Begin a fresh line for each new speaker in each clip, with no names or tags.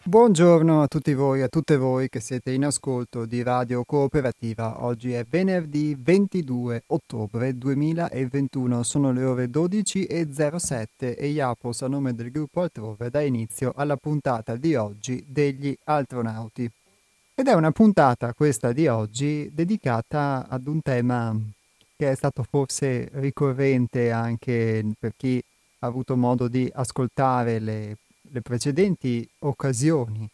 Buongiorno a tutti voi e a tutte voi che siete in ascolto di Radio Cooperativa. Oggi è venerdì 22 ottobre 2021, sono le ore 12:07 e Iapos a nome del gruppo Altrove dà inizio alla puntata di oggi degli Altronauti. Ed è una puntata, questa di oggi, dedicata ad un tema che è stato forse ricorrente anche per chi ha avuto modo di ascoltare le precedenti occasioni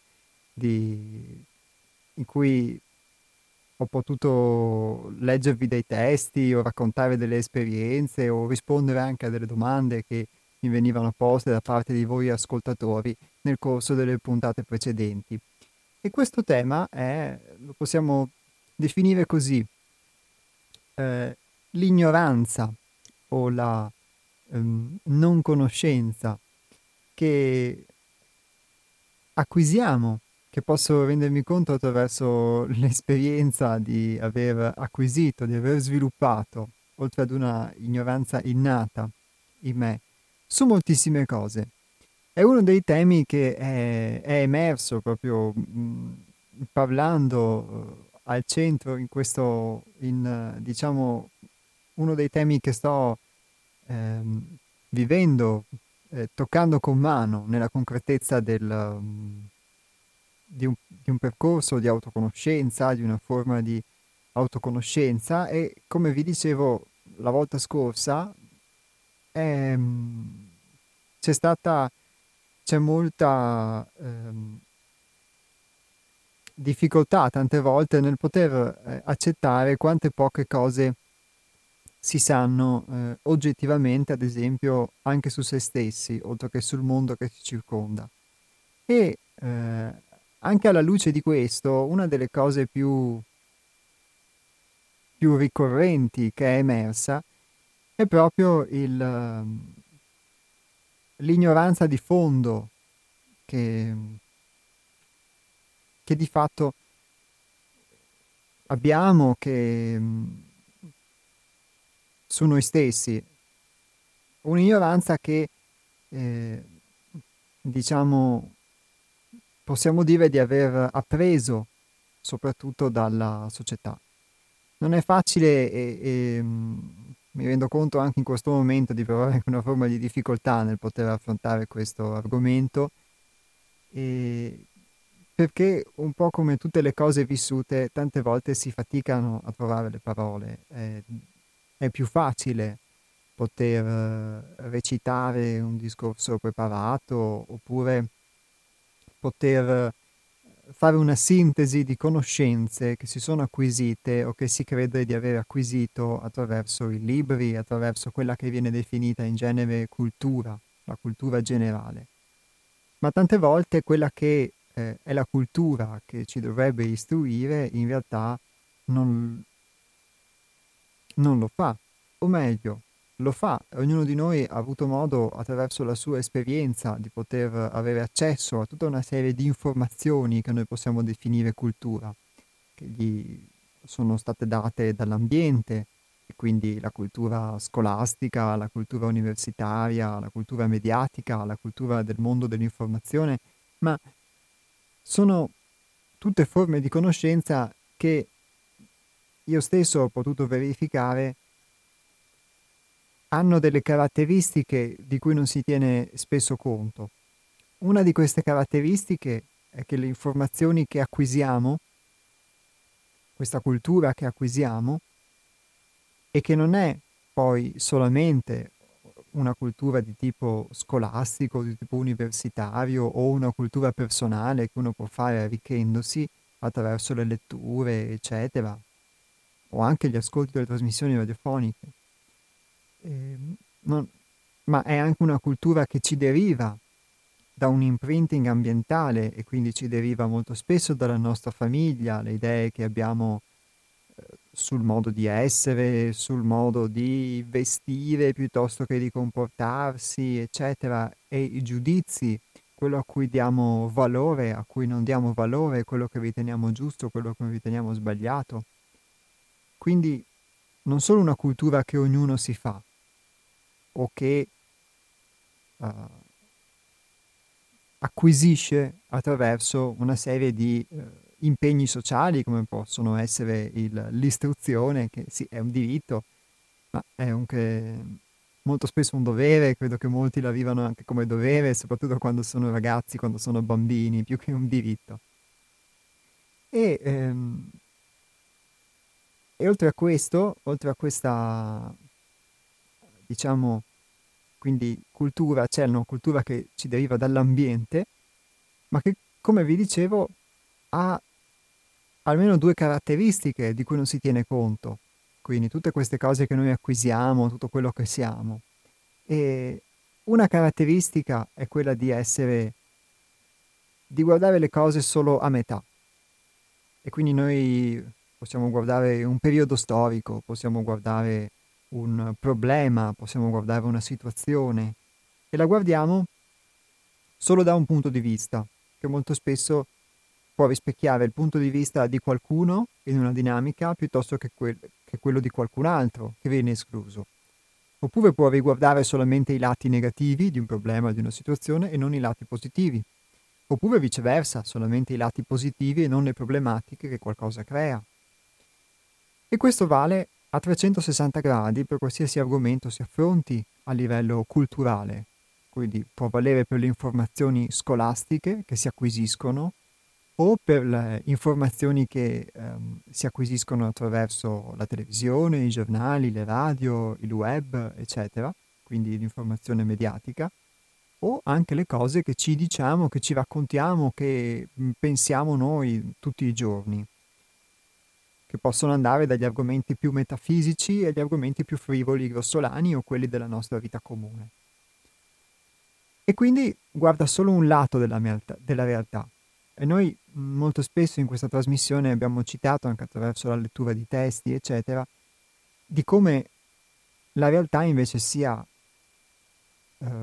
in cui ho potuto leggervi dei testi o raccontare delle esperienze o rispondere anche a delle domande che mi venivano poste da parte di voi ascoltatori nel corso delle puntate precedenti. E questo tema lo possiamo definire così, eh, l'ignoranza o la non conoscenza che acquisiamo, che posso rendermi conto attraverso l'esperienza di aver acquisito, di aver sviluppato, oltre ad una ignoranza innata in me, su moltissime cose. È uno dei temi che è emerso proprio parlando al centro in questo, diciamo, uno dei temi che sto ehm, vivendo, toccando con mano nella concretezza di un percorso di autoconoscenza, di una forma di autoconoscenza e come vi dicevo la volta scorsa, ehm, c'è stata, c'è molta difficoltà tante volte nel poter accettare quante poche cose si sanno oggettivamente, ad esempio, anche su se stessi, oltre che sul mondo che ci circonda. E anche alla luce di questo, una delle cose più ricorrenti che è emersa è proprio l'ignoranza di fondo che, che di fatto abbiamo su noi stessi, un'ignoranza che eh, diciamo possiamo dire di aver appreso soprattutto dalla società. Non è facile mi rendo conto anche in questo momento di provare anche una forma di difficoltà nel poter affrontare questo argomento, e perché un po' come tutte le cose vissute, tante volte si faticano a trovare le parole. È più facile poter recitare un discorso preparato oppure poter fare una sintesi di conoscenze che si sono acquisite o che si crede di aver acquisito attraverso i libri, attraverso quella che viene definita in genere cultura, la cultura generale. Ma tante volte quella che è la cultura che ci dovrebbe istruire in realtà non, non lo fa, o meglio, lo fa. Ognuno di noi ha avuto modo, attraverso la sua esperienza, di poter avere accesso a tutta una serie di informazioni che noi possiamo definire cultura, che gli sono state date dall'ambiente, e quindi la cultura scolastica, la cultura universitaria, la cultura mediatica, la cultura del mondo dell'informazione, ma sono tutte forme di conoscenza che io stesso ho potuto verificare hanno delle caratteristiche di cui non si tiene spesso conto. Una di queste caratteristiche è che le informazioni che acquisiamo, questa cultura che acquisiamo, e che non è poi solamente una cultura di tipo scolastico, di tipo universitario o una cultura personale che uno può fare arricchendosi attraverso le letture, eccetera, o anche gli ascolti delle trasmissioni radiofoniche. Non- ma è anche una cultura che ci deriva da un imprinting ambientale e quindi ci deriva molto spesso dalla nostra famiglia, le idee che abbiamo sul modo di essere, sul modo di vestire piuttosto che di comportarsi, eccetera, e i giudizi, quello a cui diamo valore, a cui non diamo valore, quello che riteniamo giusto, quello che riteniamo sbagliato. Quindi non solo una cultura che ognuno si fa o che acquisisce attraverso una serie di impegni sociali, come possono essere l'istruzione, che sì, è un diritto, ma è anche molto spesso un dovere. Credo che molti la vivano anche come dovere, soprattutto quando sono ragazzi, quando sono bambini, più che un diritto. E, ehm, e oltre a questo, oltre a questa, diciamo, quindi cultura, c'è una cultura che ci deriva dall'ambiente, ma che, come vi dicevo, ha almeno due caratteristiche di cui non si tiene conto. Quindi tutte queste cose che noi acquisiamo, tutto quello che siamo. E una caratteristica è quella di guardare le cose solo a metà. E quindi noi possiamo guardare un periodo storico, possiamo guardare un problema, possiamo guardare una situazione e la guardiamo solo da un punto di vista, che molto spesso può rispecchiare il punto di vista di qualcuno in una dinamica piuttosto che quello di qualcun altro che viene escluso. Oppure può riguardare solamente i lati negativi di un problema, di una situazione e non i lati positivi. Oppure viceversa, solamente i lati positivi e non le problematiche che qualcosa crea. E questo vale a 360 gradi per qualsiasi argomento si affronti a livello culturale. Quindi può valere per le informazioni scolastiche che si acquisiscono o per le informazioni che si acquisiscono attraverso la televisione, i giornali, le radio, il web, eccetera, quindi l'informazione mediatica, o anche le cose che ci diciamo, che ci raccontiamo, che pensiamo noi tutti i giorni, che possono andare dagli argomenti più metafisici agli argomenti più frivoli, grossolani o quelli della nostra vita comune. E quindi guarda solo un lato della realtà. E noi molto spesso in questa trasmissione abbiamo citato, anche attraverso la lettura di testi, eccetera, di come la realtà invece sia eh,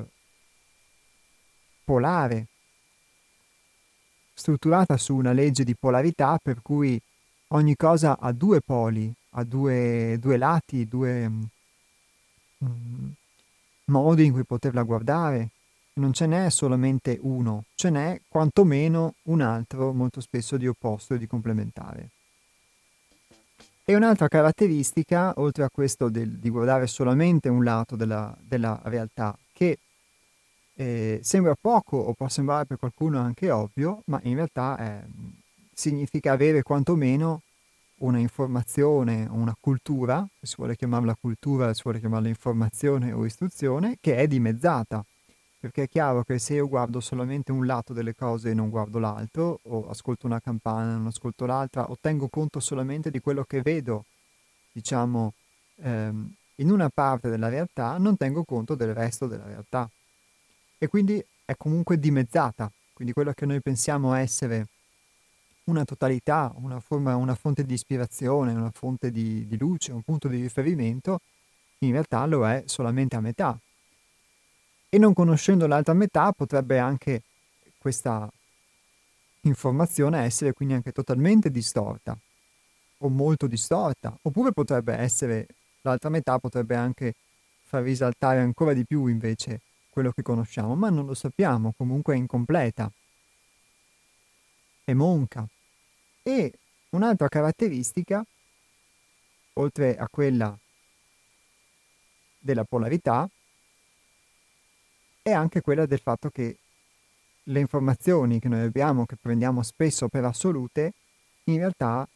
polare, strutturata su una legge di polarità per cui ogni cosa ha due poli, ha due lati, due mm, modi in cui poterla guardare. Non ce n'è solamente uno, ce n'è quantomeno un altro, molto spesso di opposto e di complementare. E un'altra caratteristica, oltre a questo di guardare solamente un lato della realtà, che sembra poco o può sembrare per qualcuno anche ovvio, ma in realtà significa avere quantomeno una informazione, una cultura, se si vuole chiamarla cultura, se si vuole chiamarla informazione o istruzione, che è dimezzata. Perché è chiaro che se io guardo solamente un lato delle cose e non guardo l'altro, o ascolto una campana e non ascolto l'altra, o tengo conto solamente di quello che vedo, diciamo, in una parte della realtà, non tengo conto del resto della realtà. E quindi è comunque dimezzata. Quindi quello che noi pensiamo essere una totalità, una forma, una fonte di ispirazione, una fonte di luce, un punto di riferimento, in realtà lo è solamente a metà. E non conoscendo l'altra metà potrebbe anche questa informazione essere quindi anche totalmente distorta o molto distorta, oppure potrebbe essere, l'altra metà potrebbe anche far risaltare ancora di più invece quello che conosciamo, ma non lo sappiamo, comunque è incompleta, è monca. E un'altra caratteristica, oltre a quella della polarità, è anche quella del fatto che le informazioni che noi abbiamo, che prendiamo spesso per assolute, in realtà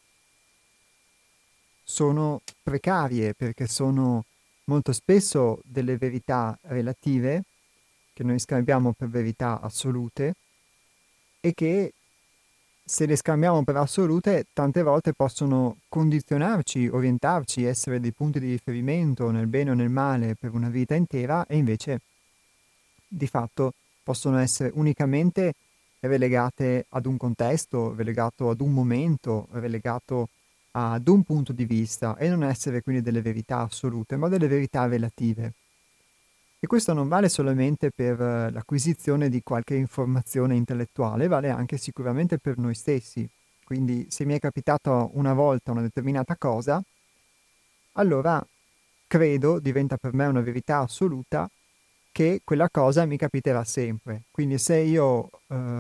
sono precarie perché sono molto spesso delle verità relative che noi scambiamo per verità assolute e che se le scambiamo per assolute tante volte possono condizionarci, orientarci, essere dei punti di riferimento nel bene o nel male per una vita intera e invece di fatto possono essere unicamente relegate ad un contesto, relegato ad un momento, relegato ad un punto di vista e non essere quindi delle verità assolute, ma delle verità relative. E questo non vale solamente per l'acquisizione di qualche informazione intellettuale, vale anche sicuramente per noi stessi. Quindi se mi è capitata una volta una determinata cosa, allora credo diventa per me una verità assoluta che quella cosa mi capiterà sempre. Quindi se io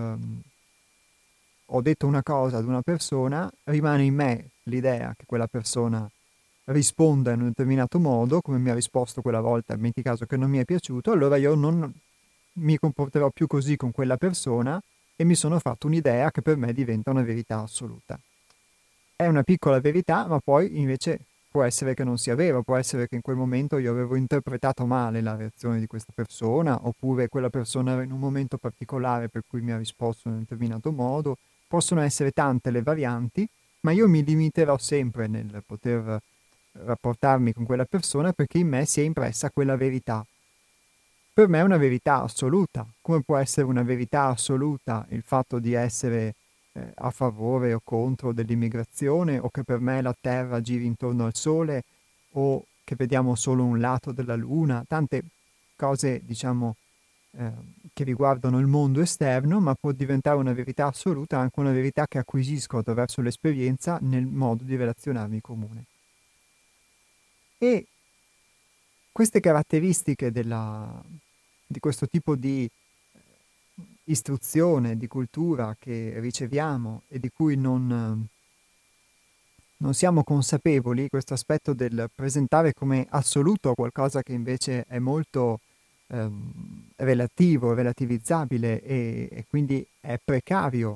ho detto una cosa ad una persona, rimane in me l'idea che quella persona risponda in un determinato modo, come mi ha risposto quella volta, metti caso che non mi è piaciuto, allora io non mi comporterò più così con quella persona e mi sono fatto un'idea che per me diventa una verità assoluta. È una piccola verità, ma poi invece può essere che non sia vero, può essere che in quel momento io avevo interpretato male la reazione di questa persona, oppure quella persona era in un momento particolare per cui mi ha risposto in un determinato modo. Possono essere tante le varianti, ma io mi limiterò sempre nel poter rapportarmi con quella persona perché in me si è impressa quella verità. Per me è una verità assoluta. Come può essere una verità assoluta il fatto di essere a favore o contro dell'immigrazione, o che per me la Terra giri intorno al Sole, o che vediamo solo un lato della Luna, tante cose, diciamo, eh, che riguardano il mondo esterno, ma può diventare una verità assoluta anche una verità che acquisisco attraverso l'esperienza nel modo di relazionarmi comune. E queste caratteristiche di questo tipo di istruzione, di cultura che riceviamo e di cui non siamo consapevoli, questo aspetto del presentare come assoluto qualcosa che invece è molto relativo, relativizzabile e quindi è precario,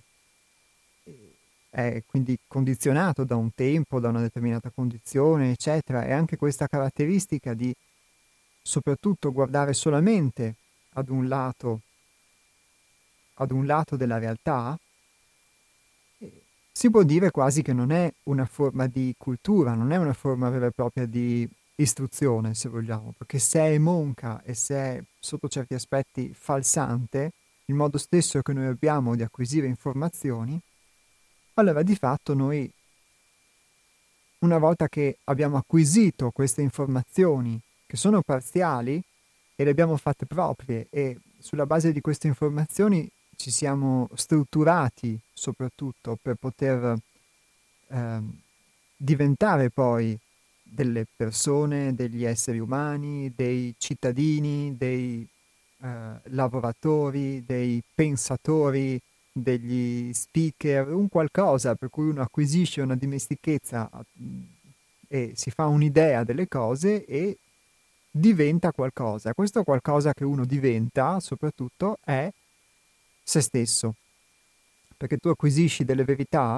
è quindi condizionato da un tempo, da una determinata condizione, eccetera, e anche questa caratteristica di soprattutto guardare solamente ad un lato, ad un lato della realtà, si può dire quasi che non è una forma di cultura, non è una forma vera e propria di istruzione, se vogliamo, perché se è monca e se è sotto certi aspetti falsante, il modo stesso che noi abbiamo di acquisire informazioni, allora di fatto noi, una volta che abbiamo acquisito queste informazioni che sono parziali e le abbiamo fatte proprie e sulla base di queste informazioni ci siamo strutturati soprattutto per poter ehm, diventare poi delle persone, degli esseri umani, dei cittadini, dei lavoratori, dei pensatori, degli speaker, un qualcosa per cui uno acquisisce una dimestichezza e si fa un'idea delle cose e diventa qualcosa. Questo qualcosa che uno diventa, soprattutto, è se stesso, perché tu acquisisci delle verità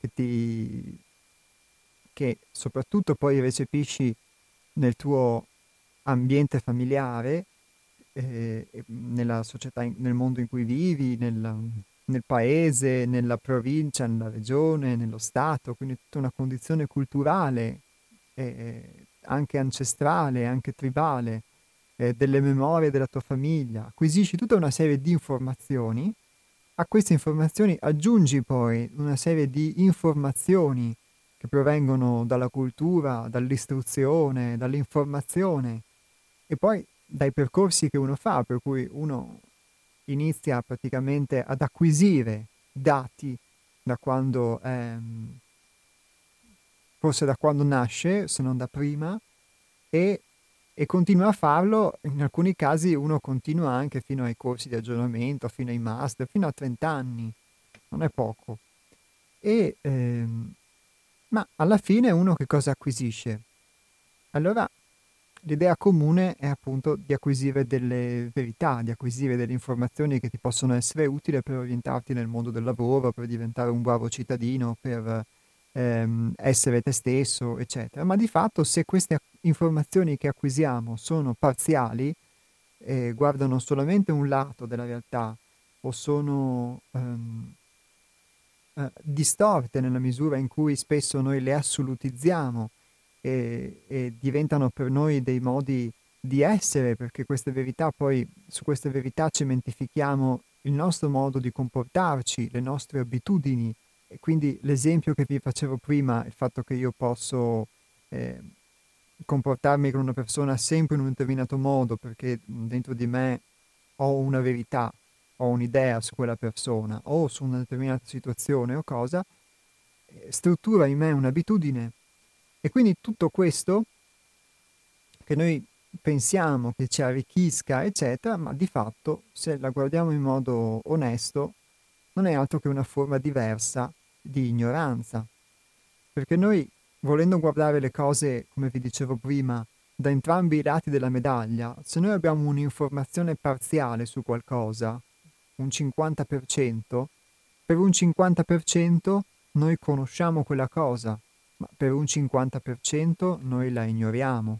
che soprattutto poi recepisci nel tuo ambiente familiare, nella società, nel mondo in cui vivi, nel paese, nella provincia, nella regione, nello stato, quindi tutta una condizione culturale, anche ancestrale, anche tribale, delle memorie della tua famiglia. Acquisisci tutta una serie di informazioni. A queste informazioni aggiungi poi una serie di informazioni che provengono dalla cultura, dall'istruzione, dall'informazione e poi dai percorsi che uno fa, per cui uno inizia praticamente ad acquisire dati da quando, forse da quando nasce, se non da prima, e, e continua a farlo. In alcuni casi uno continua anche fino ai corsi di aggiornamento, fino ai master, fino a 30 anni, non è poco. E, ma alla fine uno che cosa acquisisce? Allora l'idea comune è appunto di acquisire delle verità, di acquisire delle informazioni che ti possono essere utili per orientarti nel mondo del lavoro, per diventare un bravo cittadino, per essere te stesso, eccetera. Ma di fatto se queste informazioni che acquisiamo sono parziali, guardano solamente un lato della realtà o sono distorte nella misura in cui spesso noi le assolutizziamo e diventano per noi dei modi di essere, perché queste verità poi, su queste verità cementifichiamo il nostro modo di comportarci, le nostre abitudini. E quindi l'esempio che vi facevo prima, il fatto che io posso eh, comportarmi con una persona sempre in un determinato modo perché dentro di me ho una verità, ho un'idea su quella persona o su una determinata situazione o cosa, struttura in me un'abitudine e quindi tutto questo che noi pensiamo che ci arricchisca, eccetera, ma di fatto, se la guardiamo in modo onesto, non è altro che una forma diversa di ignoranza. Perché noi, volendo guardare le cose, come vi dicevo prima, da entrambi i lati della medaglia, se noi abbiamo un'informazione parziale su qualcosa, un 50%, per un 50% noi conosciamo quella cosa, ma per un 50% noi la ignoriamo.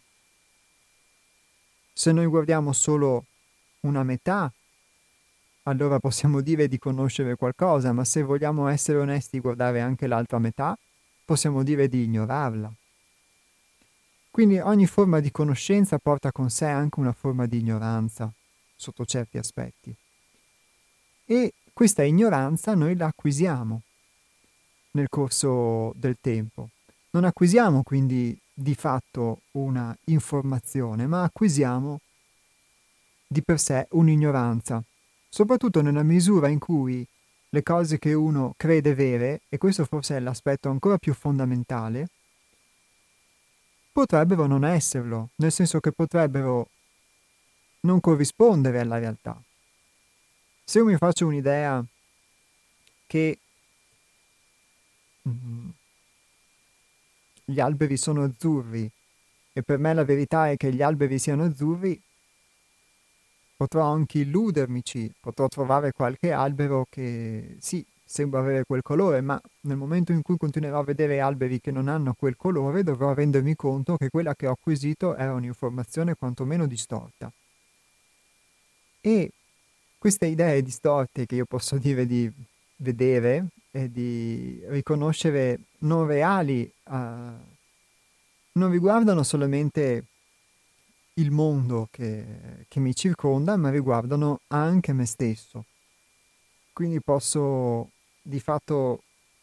Se noi guardiamo solo una metà, allora possiamo dire di conoscere qualcosa, ma se vogliamo essere onesti e guardare anche l'altra metà, possiamo dire di ignorarla. Quindi ogni forma di conoscenza porta con sé anche una forma di ignoranza, sotto certi aspetti. E questa ignoranza noi la acquisiamo nel corso del tempo. Non acquisiamo quindi di fatto una informazione, ma acquisiamo di per sé un'ignoranza, soprattutto nella misura in cui le cose che uno crede vere, e questo forse è l'aspetto ancora più fondamentale, potrebbero non esserlo, nel senso che potrebbero non corrispondere alla realtà. Se io mi faccio un'idea che mm, gli alberi sono azzurri e per me la verità è che gli alberi siano azzurri, potrò anche illudermici, potrò trovare qualche albero che sì, sembra avere quel colore, ma nel momento in cui continuerò a vedere alberi che non hanno quel colore, dovrò rendermi conto che quella che ho acquisito era un'informazione quantomeno distorta. E queste idee distorte che io posso dire di vedere e di riconoscere non reali, non riguardano solamente il mondo che mi circonda, ma riguardano anche me stesso. Quindi posso, di fatto,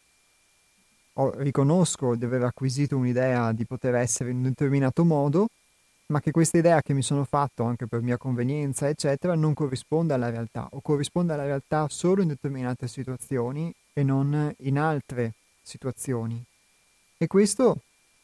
riconosco di aver acquisito un'idea di poter essere in un determinato modo, ma che questa idea che mi sono fatto anche per mia convenienza, eccetera, non corrisponde alla realtà, o corrisponde alla realtà solo in determinate situazioni e non in altre situazioni. E questo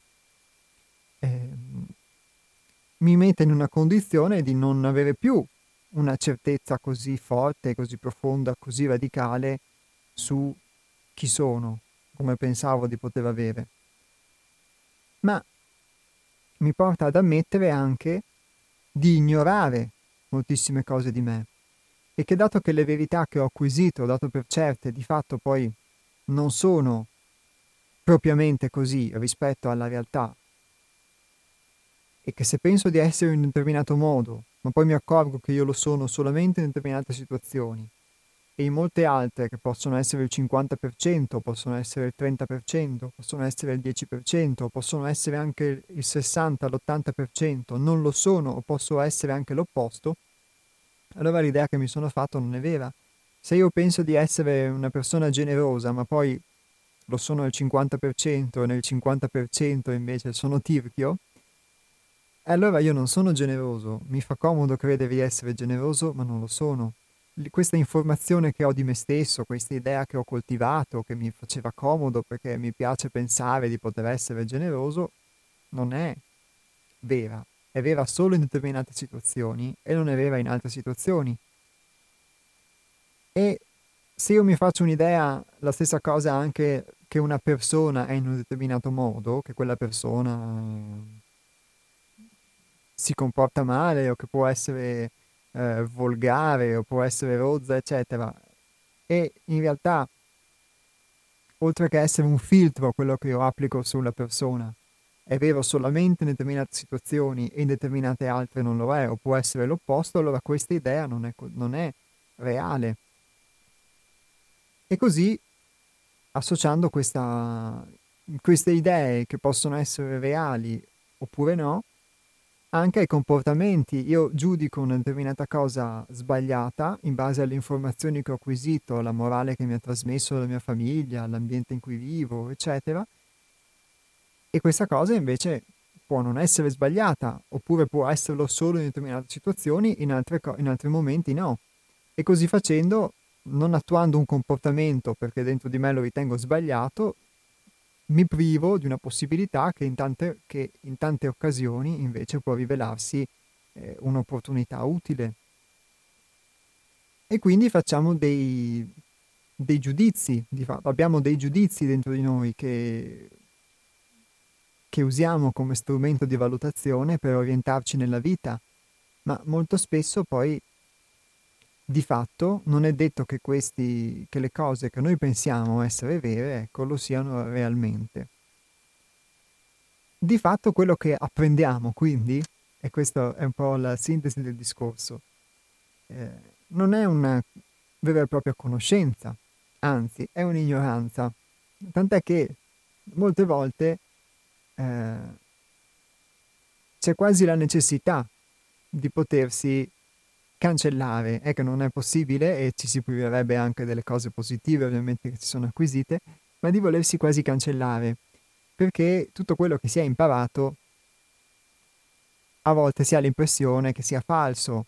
ehm, mi mette in una condizione di non avere più una certezza così forte, così profonda, così radicale su chi sono, come pensavo di poter avere. Ma mi porta ad ammettere anche di ignorare moltissime cose di me e che dato che le verità che ho acquisito, dato per certe, di fatto poi non sono propriamente così rispetto alla realtà, e che se penso di essere in un determinato modo, ma poi mi accorgo che io lo sono solamente in determinate situazioni, e in molte altre che possono essere il 50%, possono essere il 30%, possono essere il 10%, possono essere anche il 60, l'80%, non lo sono o posso essere anche l'opposto, allora l'idea che mi sono fatto non è vera. Se io penso di essere una persona generosa, ma poi lo sono al 50% e nel 50% invece sono tirchio, allora io non sono generoso, mi fa comodo credere di essere generoso, ma non lo sono. Questa informazione che ho di me stesso, questa idea che ho coltivato, che mi faceva comodo perché mi piace pensare di poter essere generoso, non è vera. È vera solo in determinate situazioni e non è vera in altre situazioni. E se io mi faccio un'idea, la stessa cosa anche che una persona è in un determinato modo, che quella persona si comporta male o che può essere volgare o può essere rozza, eccetera. E in realtà, oltre che essere un filtro quello che io applico sulla persona, è vero solamente in determinate situazioni e in determinate altre non lo è, o può essere l'opposto, allora questa idea non è reale. E così, associando queste idee che possono essere reali oppure no, anche ai comportamenti. Io giudico una determinata cosa sbagliata in base alle informazioni che ho acquisito, alla morale che mi ha trasmesso la mia famiglia, all'ambiente in cui vivo, eccetera. E questa cosa invece può non essere sbagliata, oppure può esserlo solo in determinate situazioni, in altri momenti no. E così facendo, non attuando un comportamento perché dentro di me lo ritengo sbagliato, mi privo di una possibilità che in tante occasioni invece può rivelarsi un'opportunità utile. E quindi facciamo dei giudizi, di fatto abbiamo dei giudizi dentro di noi che usiamo come strumento di valutazione per orientarci nella vita, ma molto spesso poi di fatto non è detto che che le cose che noi pensiamo essere vere, ecco, lo siano realmente. Di fatto quello che apprendiamo, quindi, e questa è un po' la sintesi del discorso, non è una vera e propria conoscenza, anzi è un'ignoranza, tant'è che molte volte eh, c'è quasi la necessità di potersi cancellare. È che non è possibile e ci si priverebbe anche delle cose positive ovviamente che si sono acquisite, ma di volersi quasi cancellare, perché tutto quello che si è imparato a volte si ha l'impressione che sia falso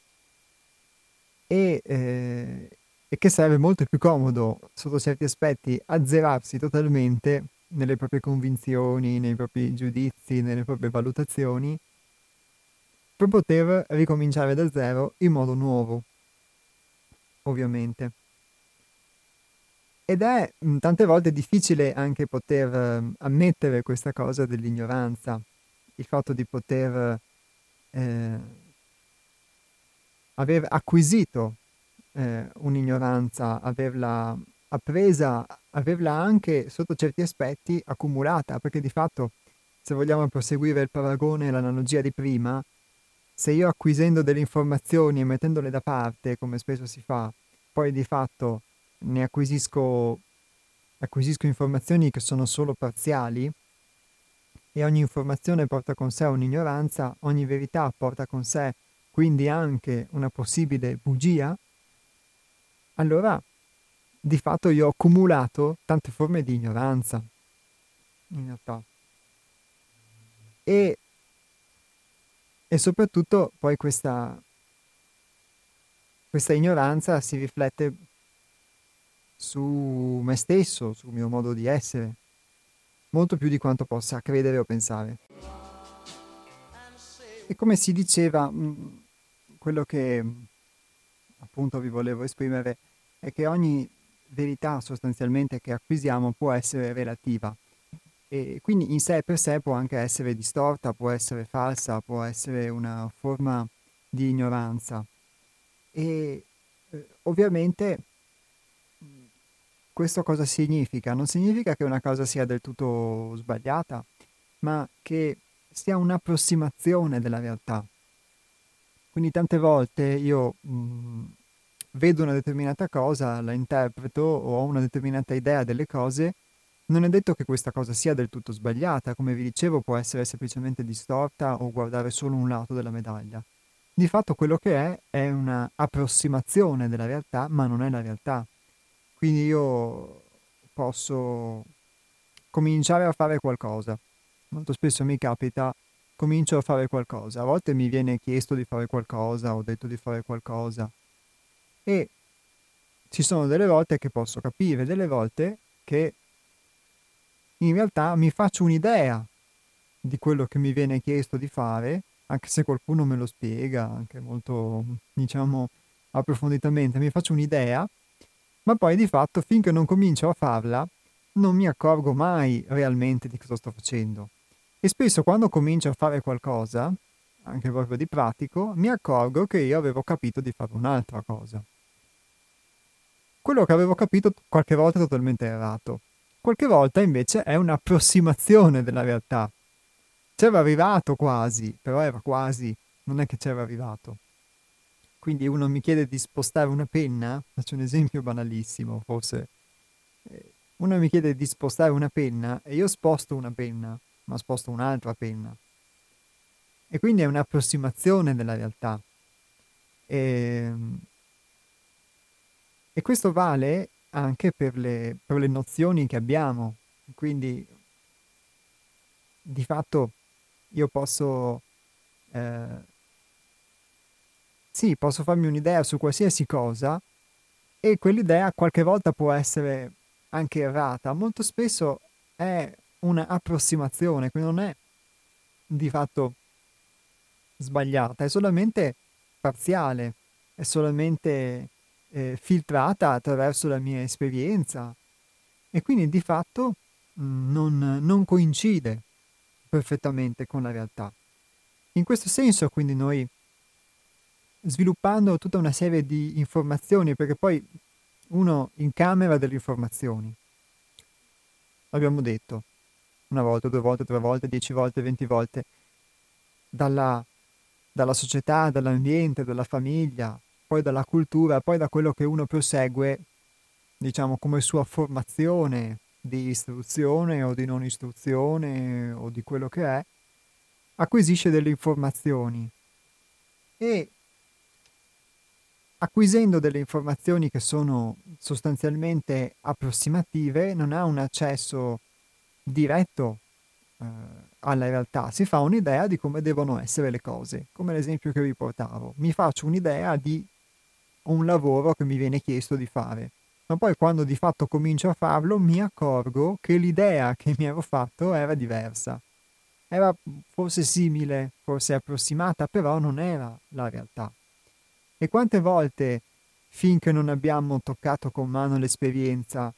e che sarebbe molto più comodo, sotto certi aspetti, azzerarsi totalmente nelle proprie convinzioni, nei propri giudizi, nelle proprie valutazioni, per poter ricominciare da zero in modo nuovo, ovviamente. Ed è tante volte difficile anche poter ammettere questa cosa dell'ignoranza, il fatto di poter eh, aver acquisito un'ignoranza, averla appresa, averla anche sotto certi aspetti accumulata, perché di fatto, se vogliamo proseguire il paragone e l'analogia di prima, se io acquisendo delle informazioni e mettendole da parte, come spesso si fa, poi di fatto ne acquisisco informazioni che sono solo parziali e ogni informazione porta con sé un'ignoranza, ogni verità porta con sé quindi anche una possibile bugia, allora di fatto io ho accumulato tante forme di ignoranza, in realtà. E, e soprattutto poi questa ignoranza si riflette su me stesso, sul mio modo di essere, molto più di quanto possa credere o pensare. E come si diceva, quello che appunto vi volevo esprimere è che ogni verità sostanzialmente che acquisiamo può essere relativa e quindi in sé per sé può anche essere distorta, può essere falsa, può essere una forma di ignoranza. E ovviamente questo cosa significa? Non significa che una cosa sia del tutto sbagliata, ma che sia un'approssimazione della realtà. Quindi tante volte io vedo una determinata cosa, la interpreto o ho una determinata idea delle cose, non è detto che questa cosa sia del tutto sbagliata, come vi dicevo può essere semplicemente distorta o guardare solo un lato della medaglia. Di fatto quello che è una approssimazione della realtà, ma non è la realtà. Quindi io posso cominciare a fare qualcosa. Molto spesso mi capita, comincio a fare qualcosa. A volte mi viene chiesto di fare qualcosa, ho detto di fare qualcosa. E ci sono delle volte che posso capire, delle volte che in realtà mi faccio un'idea di quello che mi viene chiesto di fare, anche se qualcuno me lo spiega, anche molto, diciamo, approfonditamente, mi faccio un'idea, ma poi di fatto finché non comincio a farla non mi accorgo mai realmente di cosa sto facendo. E spesso quando comincio a fare qualcosa, anche proprio di pratico, mi accorgo che io avevo capito di fare un'altra cosa. Quello che avevo capito qualche volta è totalmente errato. Qualche volta invece è un'approssimazione della realtà. C'era arrivato quasi, però era quasi, non è che c'era arrivato. Quindi uno mi chiede di spostare una penna, faccio un esempio banalissimo, forse. Uno mi chiede di spostare una penna e io sposto una penna, ma sposto un'altra penna. E quindi è un'approssimazione della realtà. E, e questo vale anche per le nozioni che abbiamo. Quindi, di fatto, io posso, eh, sì, posso farmi un'idea su qualsiasi cosa e quell'idea qualche volta può essere anche errata. Molto spesso è un'approssimazione, quindi non è di fatto sbagliata, è solamente parziale, è solamente filtrata attraverso la mia esperienza e quindi di fatto non coincide perfettamente con la realtà. In questo senso, quindi noi sviluppando tutta una serie di informazioni, perché poi uno incamera delle informazioni, l'abbiamo detto, una volta, due volte, tre volte, 10 volte, 20 volte, dalla, dalla società, dall'ambiente, dalla famiglia, poi dalla cultura, poi da quello che uno prosegue, diciamo, come sua formazione di istruzione o di non istruzione o di quello che è, acquisisce delle informazioni e acquisendo delle informazioni che sono sostanzialmente approssimative, non ha un accesso diretto eh, alla realtà, si fa un'idea di come devono essere le cose, come l'esempio che vi portavo. Mi faccio un'idea di un lavoro che mi viene chiesto di fare, ma poi quando di fatto comincio a farlo mi accorgo che l'idea che mi ero fatto era diversa. Era forse simile, forse approssimata, però non era la realtà. E quante volte, finché non abbiamo toccato con mano l'esperienza,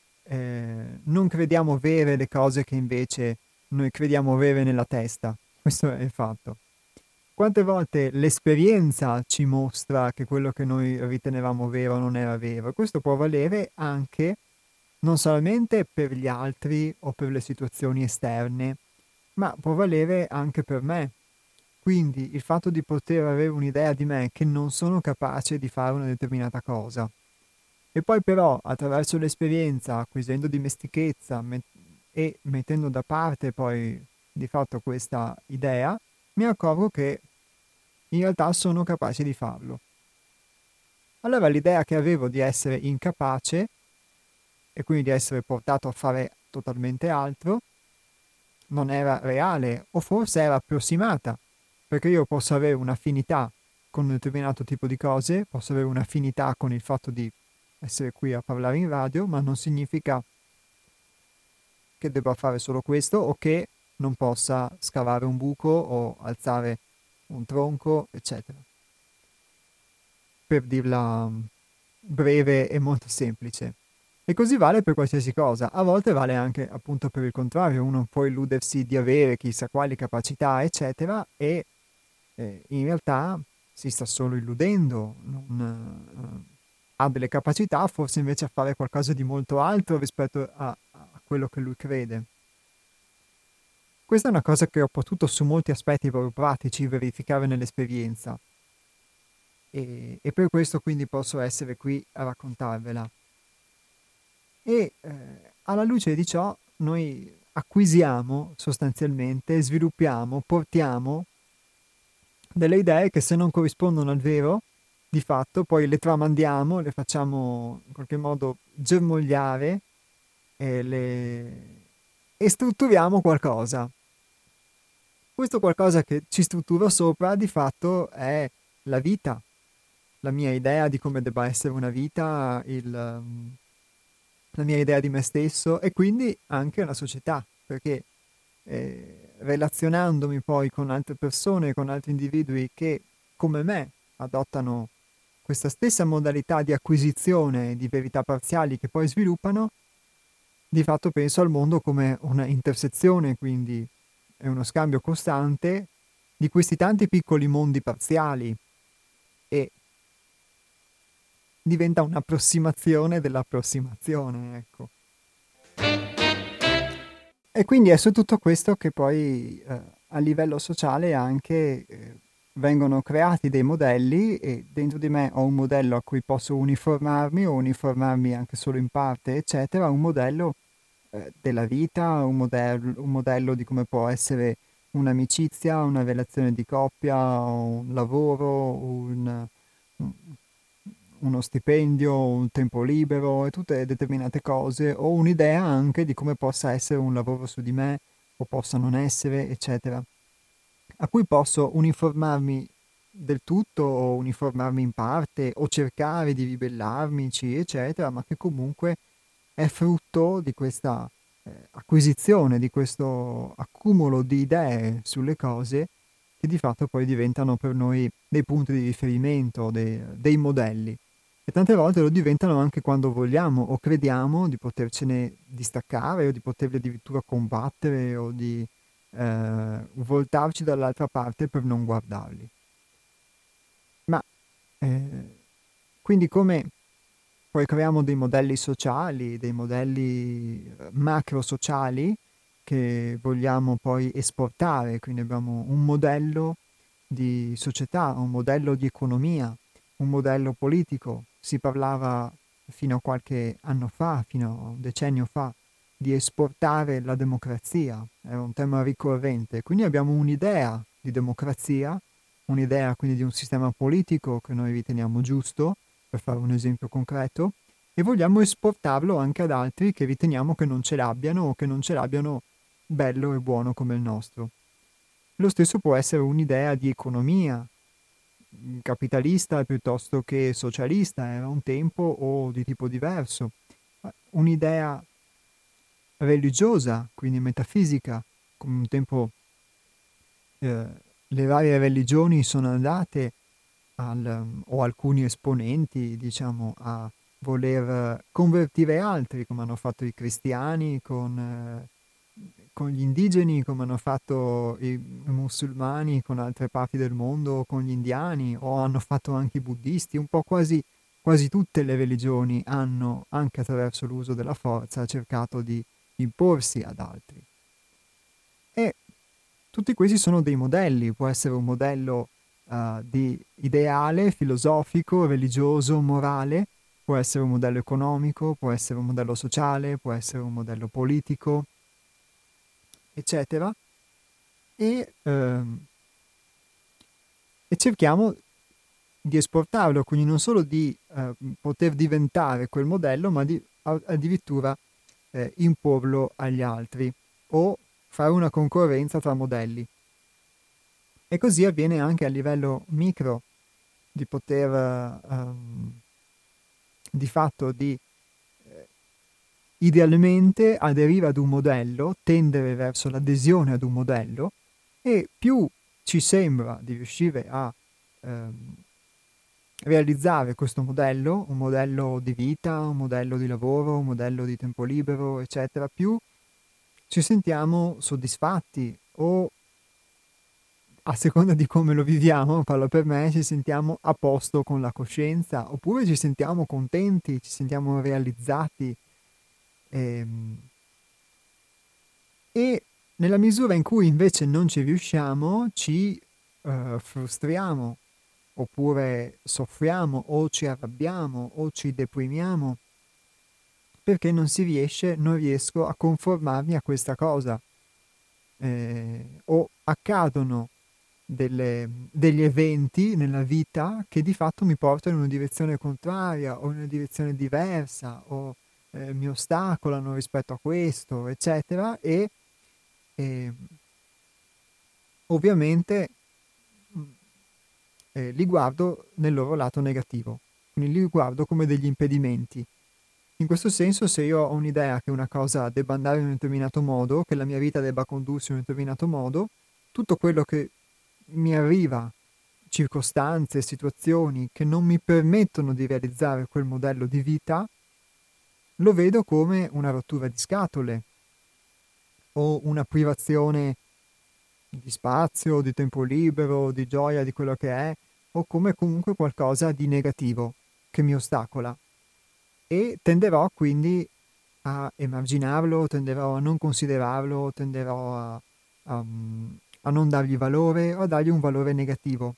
non crediamo vere le cose che invece noi crediamo vere nella testa? Questo è il fatto. Quante volte l'esperienza ci mostra che quello che noi ritenevamo vero non era vero? Questo può valere anche non solamente per gli altri o per le situazioni esterne, ma può valere anche per me. Quindi il fatto di poter avere un'idea di me che non sono capace di fare una determinata cosa e poi però attraverso l'esperienza, acquisendo dimestichezza e mettendo da parte poi di fatto questa idea, mi accorgo che in realtà sono capace di farlo. Allora l'idea che avevo di essere incapace e quindi di essere portato a fare totalmente altro non era reale o forse era approssimata, perché io posso avere un'affinità con un determinato tipo di cose, posso avere un'affinità con il fatto di essere qui a parlare in radio, ma non significa che debba fare solo questo o che non possa scavare un buco o alzare un tronco, eccetera. Per dirla breve e molto semplice. E così vale per qualsiasi cosa. A volte vale anche appunto per il contrario, uno può illudersi di avere chissà quali capacità, eccetera, e in realtà si sta solo illudendo, ha delle capacità, forse invece a fare qualcosa di molto altro rispetto a quello che lui crede. Questa è una cosa che ho potuto su molti aspetti proprio pratici verificare nell'esperienza e per questo quindi posso essere qui a raccontarvela. E alla luce di ciò noi acquisiamo sostanzialmente, sviluppiamo, portiamo delle idee che se non corrispondono al vero, di fatto poi le tramandiamo, le facciamo in qualche modo germogliare e strutturiamo qualcosa. Questo qualcosa che ci struttura sopra di fatto è la vita, la mia idea di come debba essere una vita, la mia idea di me stesso e quindi anche la società, perché relazionandomi poi con altre persone, con altri individui che come me adottano questa stessa modalità di acquisizione di verità parziali che poi sviluppano, di fatto penso al mondo come una intersezione, quindi è uno scambio costante di questi tanti piccoli mondi parziali e diventa un'approssimazione dell'approssimazione, ecco. E quindi è su tutto questo che poi a livello sociale anche vengono creati dei modelli e dentro di me ho un modello a cui posso uniformarmi o uniformarmi anche solo in parte, eccetera, un modello della vita, un modello di come può essere un'amicizia, una relazione di coppia, un lavoro, uno stipendio, un tempo libero e tutte determinate cose, o un'idea anche di come possa essere un lavoro su di me o possa non essere, eccetera, a cui posso uniformarmi del tutto o uniformarmi in parte o cercare di ribellarmici, eccetera, ma che comunque è frutto di questa acquisizione, di questo accumulo di idee sulle cose che di fatto poi diventano per noi dei punti di riferimento, dei modelli. E tante volte lo diventano anche quando vogliamo o crediamo di potercene distaccare o di poterli addirittura combattere o di voltarci dall'altra parte per non guardarli. Ma quindi come poi creiamo dei modelli sociali, dei modelli macro sociali che vogliamo poi esportare, quindi abbiamo un modello di società, un modello di economia, un modello politico. Si parlava fino a qualche anno fa, fino a un decennio fa, di esportare la democrazia, era un tema ricorrente. Quindi abbiamo un'idea di democrazia, un'idea quindi di un sistema politico che noi riteniamo giusto, per fare un esempio concreto, e vogliamo esportarlo anche ad altri che riteniamo che non ce l'abbiano o che non ce l'abbiano bello e buono come il nostro. Lo stesso può essere un'idea di economia, capitalista piuttosto che socialista, era un tempo, o di tipo diverso. Un'idea religiosa, quindi metafisica, come un tempo le varie religioni sono andate o alcuni esponenti, diciamo, a voler convertire altri, come hanno fatto i cristiani con gli indigeni, come hanno fatto i musulmani con altre parti del mondo, con gli indiani, o hanno fatto anche i buddisti, un po' quasi tutte le religioni hanno, anche attraverso l'uso della forza, cercato di imporsi ad altri. E tutti questi sono dei modelli, può essere un modello di ideale, filosofico, religioso, morale, può essere un modello economico, può essere un modello sociale, può essere un modello politico, eccetera, e, e cerchiamo di esportarlo, quindi non solo di poter diventare quel modello, ma di addirittura imporlo agli altri o fare una concorrenza tra modelli. E così avviene anche a livello micro, di poter di fatto di idealmente aderire ad un modello, tendere verso l'adesione ad un modello, e più ci sembra di riuscire a realizzare questo modello, un modello di vita, un modello di lavoro, un modello di tempo libero, eccetera, più ci sentiamo soddisfatti o, a seconda di come lo viviamo, parlo per me, ci sentiamo a posto con la coscienza, oppure ci sentiamo contenti, ci sentiamo realizzati. E nella misura in cui invece non ci riusciamo, ci frustriamo, oppure soffriamo, o ci arrabbiamo, o ci deprimiamo, perché non riesco a conformarmi a questa cosa. O accadono degli eventi nella vita che di fatto mi portano in una direzione contraria o in una direzione diversa o mi ostacolano rispetto a questo, eccetera, e ovviamente li guardo nel loro lato negativo, quindi li guardo come degli impedimenti. In questo senso, se io ho un'idea che una cosa debba andare in un determinato modo, che la mia vita debba condursi in un determinato modo, tutto quello che mi arriva, circostanze, situazioni che non mi permettono di realizzare quel modello di vita, lo vedo come una rottura di scatole o una privazione di spazio, di tempo libero, di gioia, di quello che è, o come comunque qualcosa di negativo che mi ostacola. E tenderò quindi a emarginarlo, tenderò a non considerarlo, tenderò a non dargli valore o a dargli un valore negativo.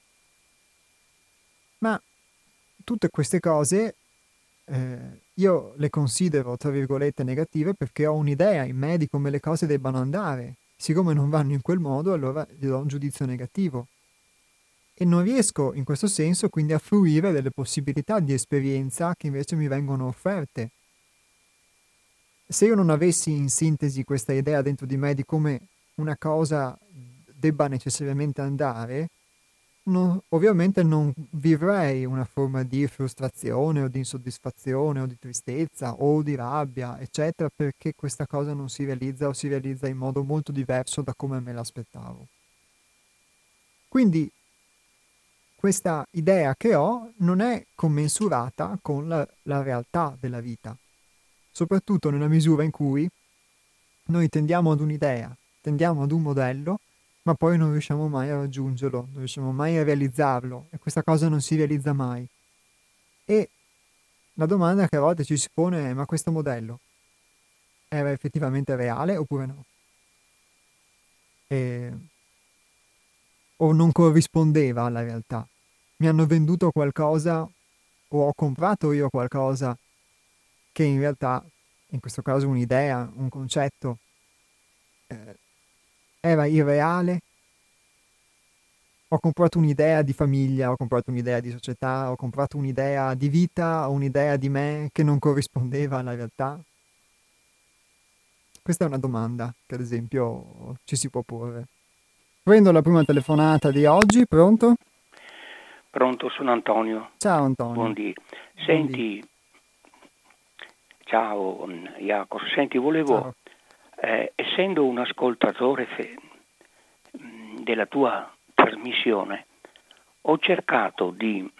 Ma tutte queste cose io le considero, tra virgolette, negative perché ho un'idea in me di come le cose debbano andare. Siccome non vanno in quel modo, allora gli do un giudizio negativo. E non riesco in questo senso quindi a fruire delle possibilità di esperienza che invece mi vengono offerte. Se io non avessi in sintesi questa idea dentro di me di come una cosa debba necessariamente andare, ovviamente non vivrei una forma di frustrazione o di insoddisfazione o di tristezza o di rabbia, eccetera, perché questa cosa non si realizza o si realizza in modo molto diverso da come me l'aspettavo. Quindi questa idea che ho non è commensurata con la realtà della vita, soprattutto nella misura in cui noi tendiamo ad un'idea, tendiamo ad un modello, ma poi non riusciamo mai a raggiungerlo, non riusciamo mai a realizzarlo e questa cosa non si realizza mai. E la domanda che a volte ci si pone è: ma questo modello era effettivamente reale oppure no? E, o non corrispondeva alla realtà? Mi hanno venduto qualcosa o ho comprato io qualcosa che in realtà, in questo caso un'idea, un concetto, eh, era irreale? Ho comprato un'idea di famiglia, ho comprato un'idea di società, ho comprato un'idea di vita, un'idea di me che non corrispondeva alla realtà? Questa è una domanda che ad esempio ci si può porre. Prendo la prima telefonata di oggi, pronto?
Pronto, sono Antonio.
Ciao Antonio.
Buondì. Senti, ciao Jacopo, senti, volevo, essendo un ascoltatore della tua trasmissione, ho cercato di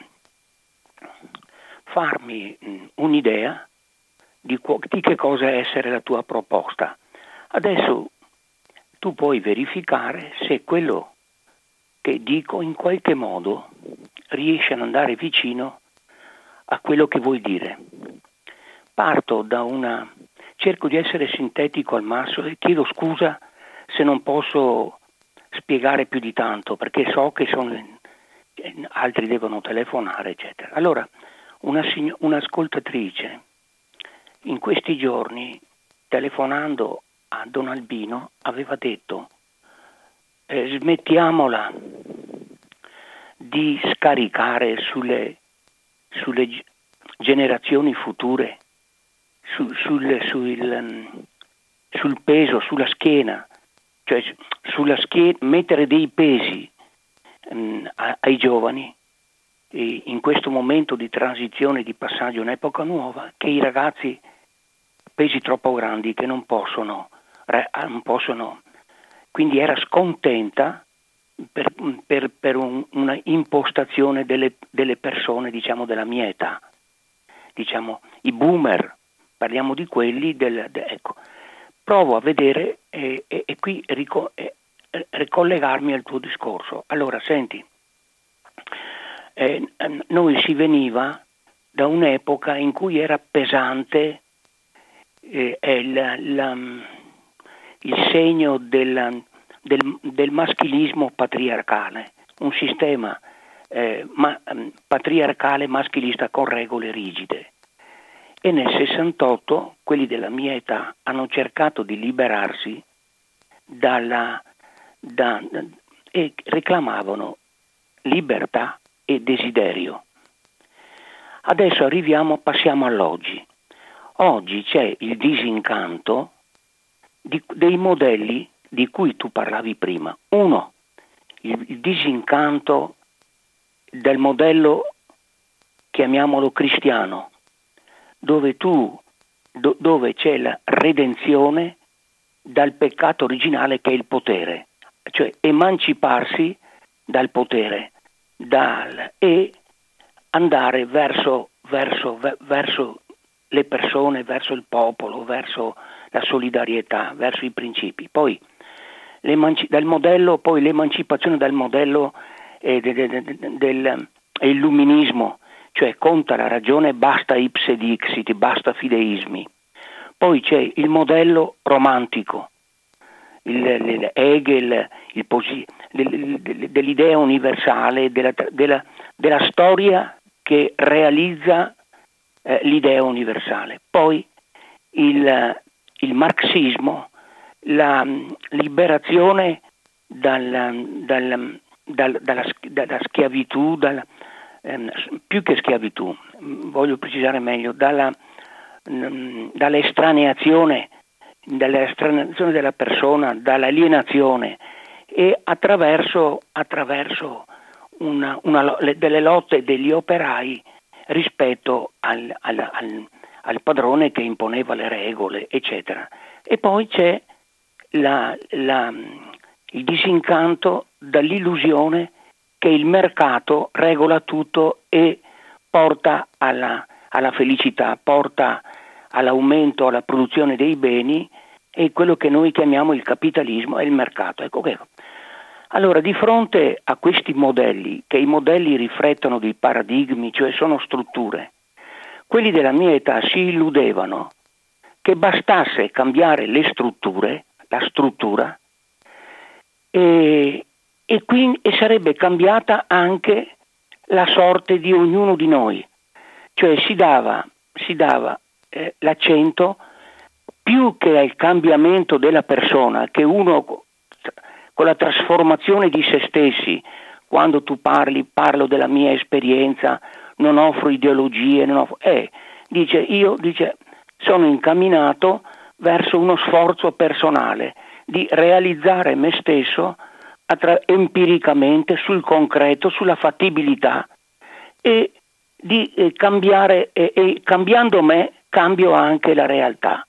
farmi un'idea di che cosa essere la tua proposta. Adesso tu puoi verificare se quello che dico in qualche modo riesce ad andare vicino a quello che vuoi dire. Parto cerco di essere sintetico al massimo e chiedo scusa se non posso spiegare più di tanto, perché so che altri devono telefonare, eccetera. Allora, un'ascoltatrice in questi giorni, telefonando a Don Albino, aveva detto: smettiamola di scaricare sulle generazioni future, sul peso, sulla schiena, cioè mettere dei pesi ai giovani in questo momento di transizione, di passaggio a un'epoca nuova, che i ragazzi pesi troppo grandi che non possono. Quindi era scontenta per una impostazione delle persone, diciamo, della mia età, diciamo i boomer, parliamo di quelli ecco. Provo a vedere e qui ricollegarmi al tuo discorso. Allora, senti, noi si veniva da un'epoca in cui era pesante il segno del maschilismo patriarcale, un sistema patriarcale maschilista con regole rigide. E nel 68 quelli della mia età hanno cercato di liberarsi e reclamavano libertà e desiderio. Adesso passiamo all'oggi. Oggi c'è il disincanto dei modelli di cui tu parlavi prima. Uno, il disincanto del modello, chiamiamolo cristiano, dove c'è la redenzione dal peccato originale che è il potere, cioè emanciparsi dal potere e andare verso le persone, verso il popolo, verso la solidarietà, verso i principi. Poi l'emancipazione dal modello dell'illuminismo, cioè conta la ragione, basta ipse dixit, basta fideismi. Poi c'è il modello romantico, Hegel, dell'idea universale, della storia che realizza l'idea universale. Poi il marxismo, la liberazione dalla schiavitù, più che schiavitù, voglio precisare meglio, dall'estraneazione della persona, dall'alienazione, e attraverso delle lotte degli operai rispetto al padrone che imponeva le regole, eccetera. E poi c'è il disincanto dall'illusione che il mercato regola tutto e porta alla felicità, porta all'aumento, alla produzione dei beni, e quello che noi chiamiamo il capitalismo è il mercato. Ecco che. Allora, di fronte a questi modelli, che i modelli riflettono dei paradigmi, cioè sono strutture, quelli della mia età si illudevano che bastasse cambiare le strutture, la struttura, e sarebbe cambiata anche la sorte di ognuno di noi. Cioè si dava l'accento più che al cambiamento della persona, che uno con la trasformazione di se stessi, quando tu parlo della mia esperienza, non offro ideologie, dice sono incamminato verso uno sforzo personale di realizzare me stesso empiricamente, sul concreto, sulla fattibilità, e di cambiare, e cambiando me cambio anche la realtà.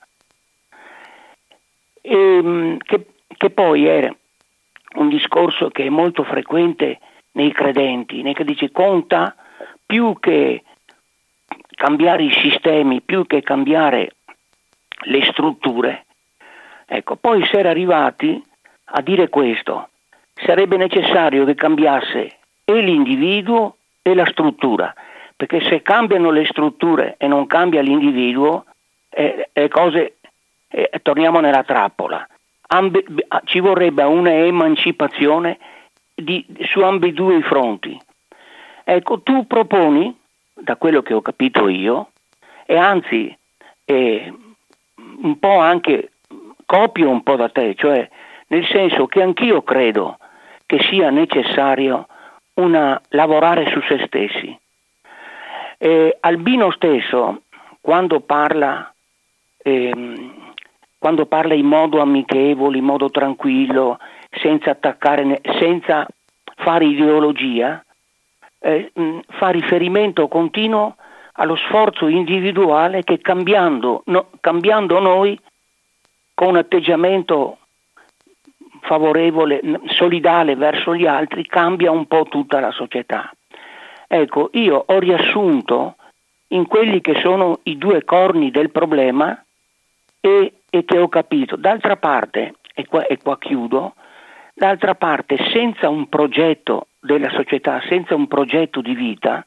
Che poi è un discorso che è molto frequente nei credenti, che dice conta più che cambiare i sistemi, più che cambiare le strutture. Ecco, poi si era arrivati a dire questo: sarebbe necessario che cambiasse e l'individuo e la struttura, perché se cambiano le strutture e non cambia l'individuo, le cose torniamo nella trappola. Ci vorrebbe una emancipazione su ambedue i fronti. Ecco, tu proponi, da quello che ho capito io, e anzi un po' anche copio un po' da te, cioè nel senso che anch'io credo che sia necessario lavorare su se stessi. Albino stesso, quando parla in modo amichevole, in modo tranquillo, senza attaccare, senza fare ideologia, fa riferimento continuo allo sforzo individuale che cambiando noi, con un atteggiamento favorevole, solidale verso gli altri, cambia un po' tutta la società. Ecco, io ho riassunto in quelli che sono i due corni del problema e che ho capito. D'altra parte, e qua chiudo, d'altra parte, senza un progetto della società, senza un progetto di vita,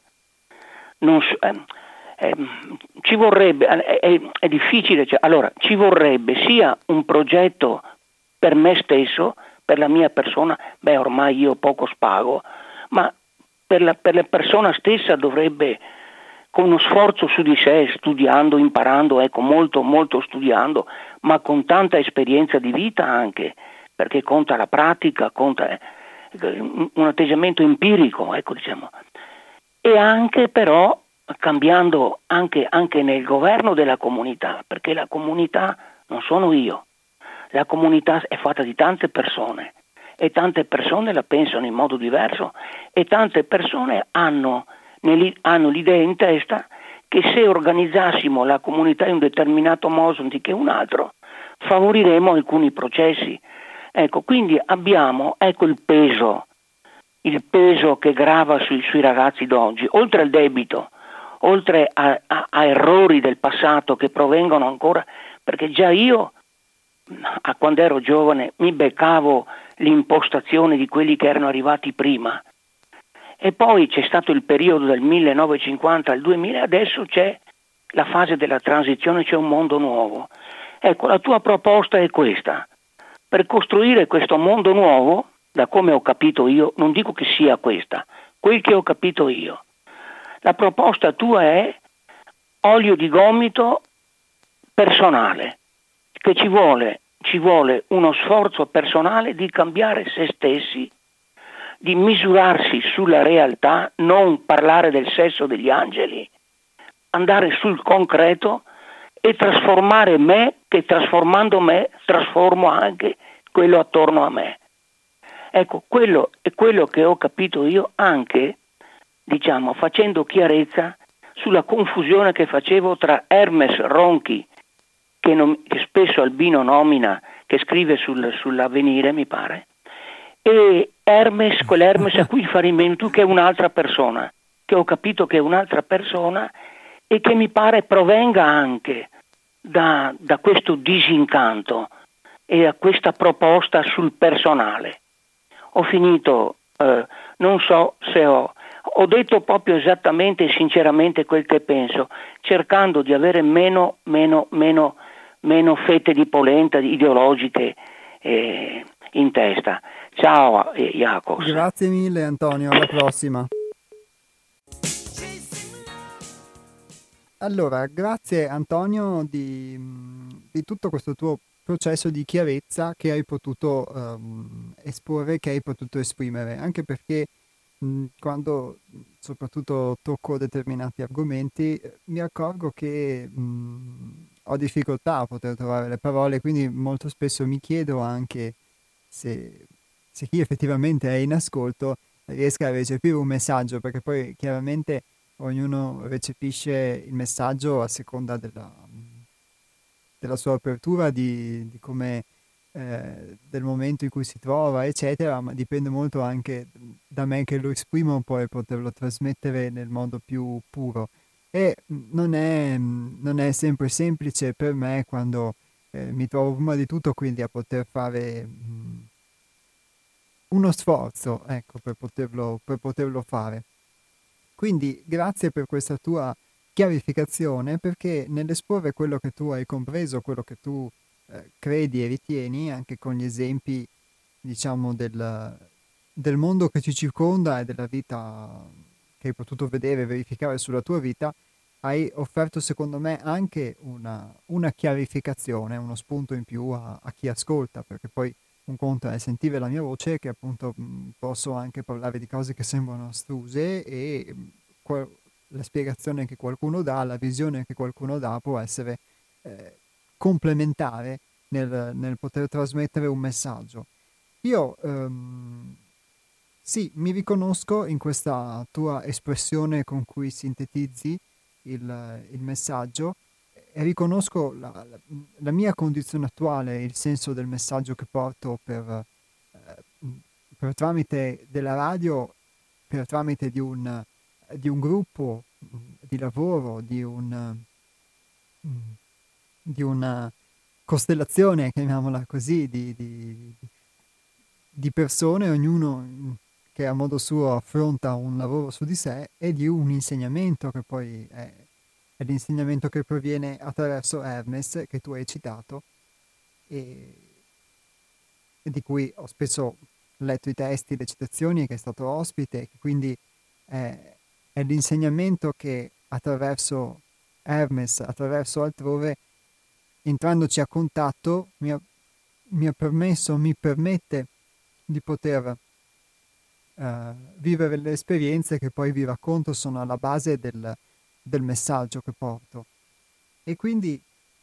ci vorrebbe, è difficile, allora ci vorrebbe sia un progetto per me stesso, per la mia persona, ormai io poco spago, ma per la persona stessa dovrebbe, con uno sforzo su di sé, studiando, imparando, molto molto studiando, ma con tanta esperienza di vita anche, perché conta la pratica, conta un atteggiamento empirico, diciamo. E anche però cambiando anche nel governo della comunità, perché la comunità non sono io, la comunità è fatta di tante persone e tante persone la pensano in modo diverso e tante persone hanno l'idea in testa che se organizzassimo la comunità in un determinato modo anziché un altro, favoriremo alcuni processi. Ecco, quindi abbiamo il peso che grava sui ragazzi d'oggi, oltre al debito, oltre a errori del passato che provengono ancora, perché già io, quando ero giovane, mi beccavo l'impostazione di quelli che erano arrivati prima. E poi c'è stato il periodo del 1950 al 2000, adesso c'è la fase della transizione, c'è un mondo nuovo. Ecco, la tua proposta è questa. Per costruire questo mondo nuovo, da come ho capito io, non dico che sia questa, quel che ho capito io, la proposta tua è olio di gomito personale, che ci vuole uno sforzo personale di cambiare se stessi, di misurarsi sulla realtà, non parlare del sesso degli angeli, andare sul concreto e trasformare me, che trasformando me trasformo anche quello attorno a me. Ecco, quello è quello che ho capito io, anche, diciamo, facendo chiarezza sulla confusione che facevo tra Hermes Ronchi, che spesso Albino nomina, che scrive sull'Avvenire, mi pare, e Hermes, quell'Hermes a cui fai riferimento tu, che è un'altra persona, che ho capito che è un'altra persona e che mi pare provenga anche da questo disincanto e da questa proposta sul personale. Ho finito, non so se ho detto proprio esattamente e sinceramente quel che penso, cercando di avere meno fette di polenta ideologiche in testa. Ciao Jacos.
Grazie mille Antonio, alla prossima. Allora, grazie Antonio di tutto questo tuo processo di chiarezza che hai potuto esporre, che hai potuto esprimere, anche perché quando soprattutto tocco determinati argomenti mi accorgo che ho difficoltà a poter trovare le parole, quindi molto spesso mi chiedo anche se, se chi effettivamente è in ascolto riesca a recepire un messaggio, perché poi chiaramente ognuno recepisce il messaggio a seconda della sua apertura, di come, del momento in cui si trova, eccetera, ma dipende molto anche da me che lo esprimo poi poterlo trasmettere nel modo più puro. E non è sempre semplice per me quando mi trovo prima di tutto quindi a poter fare uno sforzo, ecco, per poterlo fare. Quindi grazie per questa tua chiarificazione, perché nell'esporre quello che tu hai compreso, quello che tu credi e ritieni, anche con gli esempi, diciamo, del mondo che ci circonda e della vita che hai potuto vedere e verificare sulla tua vita, hai offerto secondo me anche una chiarificazione, uno spunto in più a chi ascolta, perché poi un conto è sentire la mia voce, che appunto posso anche parlare di cose che sembrano astruse e la spiegazione che qualcuno dà, la visione che qualcuno dà può essere eh, complementare nel poter trasmettere un messaggio. Io sì, mi riconosco in questa tua espressione con cui sintetizzi il messaggio e riconosco la mia condizione attuale, il senso del messaggio che porto per tramite della radio, per tramite di un gruppo di lavoro, di una costellazione, chiamiamola così, di persone, ognuno che a modo suo affronta un lavoro su di sé e di un insegnamento che poi è l'insegnamento che proviene attraverso Hermes, che tu hai citato, e, e di cui ho spesso letto i testi, le citazioni, che è stato ospite, e che quindi è l'insegnamento che attraverso Hermes, attraverso altrove, entrandoci a contatto, mi ha permesso, mi permette di poter vivere le esperienze che poi vi racconto sono alla base del messaggio che porto. E quindi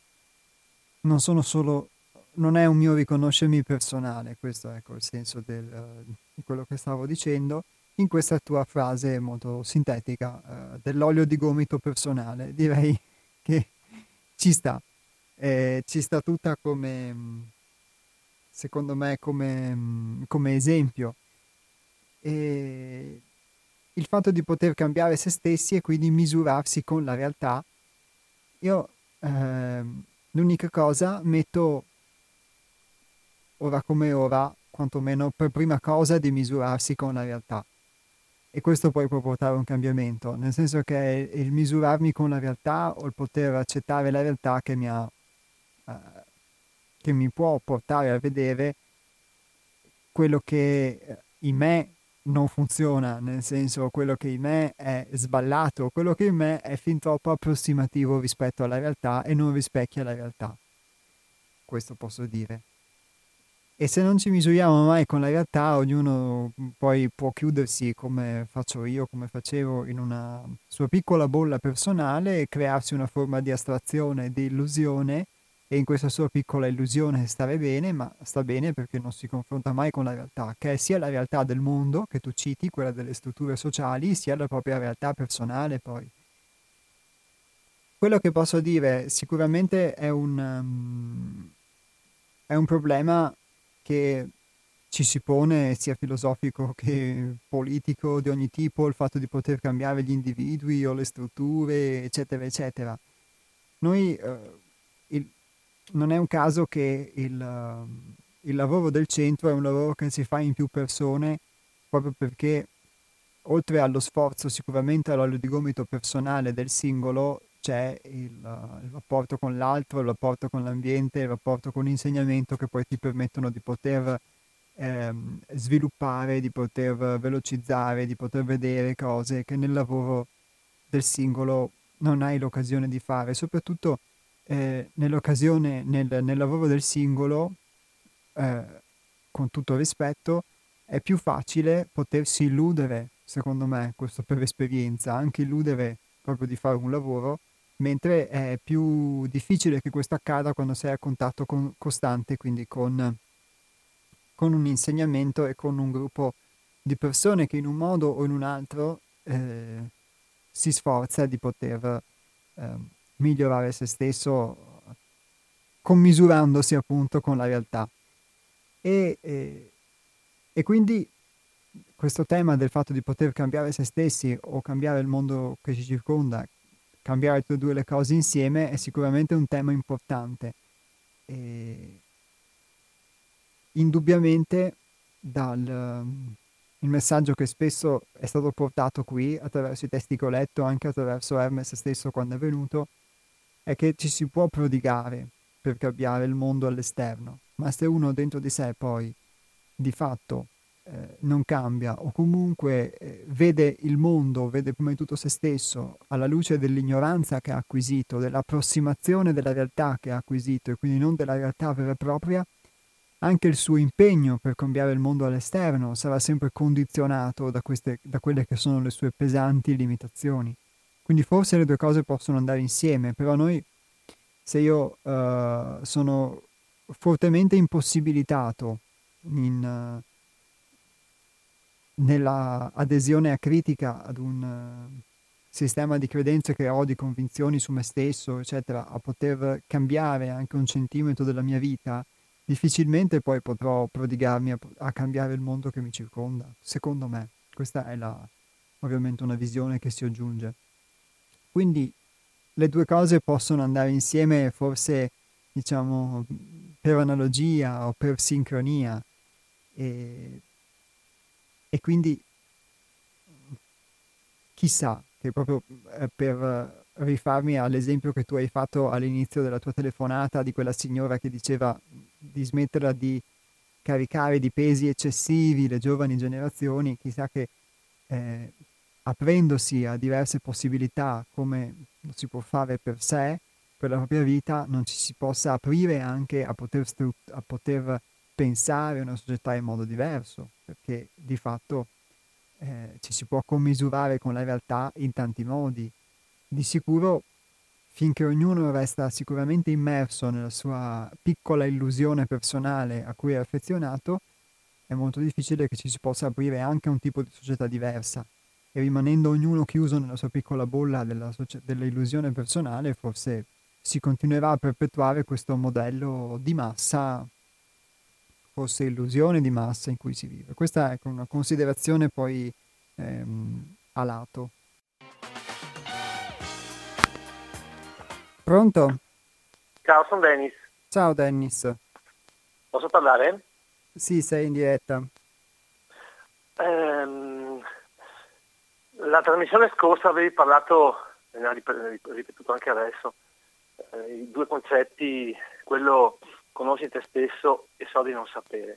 non è un mio riconoscermi personale, questo è ecco il senso di quello che stavo dicendo, in questa tua frase molto sintetica dell'olio di gomito personale. Direi che ci sta tutta secondo me, come esempio. E il fatto di poter cambiare se stessi e quindi misurarsi con la realtà. Io l'unica cosa metto ora come ora, quantomeno per prima cosa, di misurarsi con la realtà. E questo poi può portare a un cambiamento, nel senso che il misurarmi con la realtà o il poter accettare la realtà eh, che mi può portare a vedere quello che in me non funziona, nel senso quello che in me è sballato, quello che in me è fin troppo approssimativo rispetto alla realtà e non rispecchia la realtà. Questo posso dire. E se non ci misuriamo mai con la realtà, ognuno poi può chiudersi come faccio io, come facevo in una sua piccola bolla personale e crearsi una forma di astrazione, di illusione e in questa sua piccola illusione stare bene, ma sta bene perché non si confronta mai con la realtà, che è sia la realtà del mondo che tu citi, quella delle strutture sociali, sia la propria realtà personale poi. Quello che posso dire sicuramente è un problema che ci si pone, sia filosofico che politico di ogni tipo, il fatto di poter cambiare gli individui o le strutture, eccetera, eccetera. Noi, il- non è un caso che il lavoro del centro è un lavoro che si fa in più persone, proprio perché oltre allo sforzo sicuramente allo di gomito personale del singolo, c'è il rapporto con l'altro, il rapporto con l'ambiente, il rapporto con l'insegnamento che poi ti permettono di poter sviluppare, di poter velocizzare, di poter vedere cose che nel lavoro del singolo non hai l'occasione di fare, soprattutto nel lavoro del singolo, eh, con tutto il rispetto, è più facile potersi illudere, secondo me, questo per esperienza, anche illudere proprio di fare un lavoro, mentre è più difficile che questo accada quando sei a contatto costante, quindi con un insegnamento e con un gruppo di persone che in un modo o in un altro si sforza di poter eh, migliorare se stesso, commisurandosi appunto con la realtà. E, e- e quindi questo tema del fatto di poter cambiare se stessi o cambiare il mondo che ci circonda, cambiare tutte e due le cose insieme, è sicuramente un tema importante. E indubbiamente il messaggio che spesso è stato portato qui attraverso i testi che ho letto, anche attraverso Hermes stesso quando è venuto, è che ci si può prodigare per cambiare il mondo all'esterno, ma se uno dentro di sé poi di fatto non cambia o comunque vede il mondo, vede prima di tutto se stesso alla luce dell'ignoranza che ha acquisito, dell'approssimazione della realtà che ha acquisito e quindi non della realtà vera e propria, anche il suo impegno per cambiare il mondo all'esterno sarà sempre condizionato da quelle che sono le sue pesanti limitazioni. Quindi forse le due cose possono andare insieme, però noi, se io sono fortemente impossibilitato in, nella adesione acritica ad un sistema di credenze che ho, di convinzioni su me stesso, eccetera, a poter cambiare anche un centimetro della mia vita, difficilmente poi potrò prodigarmi a cambiare il mondo che mi circonda, secondo me. Questa è ovviamente una visione che si aggiunge. Quindi le due cose possono andare insieme, forse, diciamo, per analogia o per sincronia. E, e quindi chissà, che proprio per rifarmi all'esempio che tu hai fatto all'inizio della tua telefonata di quella signora che diceva di smetterla di caricare di pesi eccessivi le giovani generazioni, chissà che eh, aprendosi a diverse possibilità come lo si può fare per sé, per la propria vita, non ci si possa aprire anche a poter pensare una società in modo diverso, perché di fatto ci si può commisurare con la realtà in tanti modi. Di sicuro, finché ognuno resta sicuramente immerso nella sua piccola illusione personale a cui è affezionato, è molto difficile che ci si possa aprire anche a un tipo di società diversa. E rimanendo ognuno chiuso nella sua piccola bolla dell'illusione personale, forse si continuerà a perpetuare questo modello di massa, forse illusione di massa in cui si vive. Questa è una considerazione poi a lato. Pronto?
Ciao, sono Dennis.
Ciao Dennis.
Posso parlare?
Sì, sei in diretta.
La trasmissione scorsa avevi parlato, e ne ha ripetuto anche adesso, i due concetti, quello conosci te stesso e so di non sapere.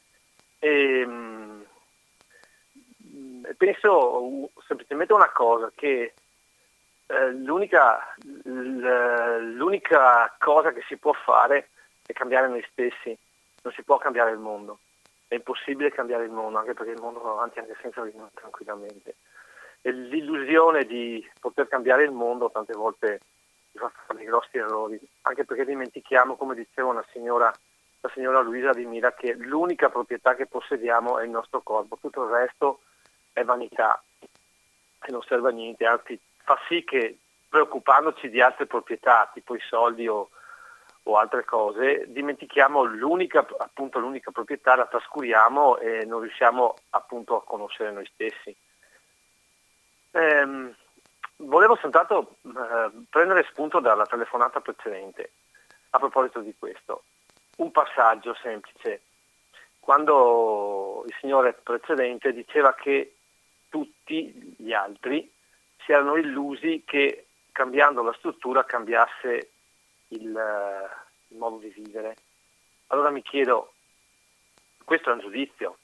E penso semplicemente una cosa, che l'unica cosa che si può fare è cambiare noi stessi, non si può cambiare il mondo, è impossibile cambiare il mondo, anche perché il mondo va avanti anche senza di noi tranquillamente. E l'illusione di poter cambiare il mondo tante volte ci fa fare dei grossi errori, anche perché dimentichiamo, come diceva la signora Luisa di Mira, che l'unica proprietà che possediamo è il nostro corpo, tutto il resto è vanità e non serve a niente, anzi fa sì che preoccupandoci di altre proprietà, tipo i soldi o o altre cose, dimentichiamo l'unica proprietà, la trascuriamo e non riusciamo appunto a conoscere noi stessi. Volevo soltanto prendere spunto dalla telefonata precedente a proposito di questo. Un passaggio semplice. Quando il signore precedente diceva che tutti gli altri si erano illusi che cambiando la struttura cambiasse il modo di vivere. Allora mi chiedo, questo è un giudizio,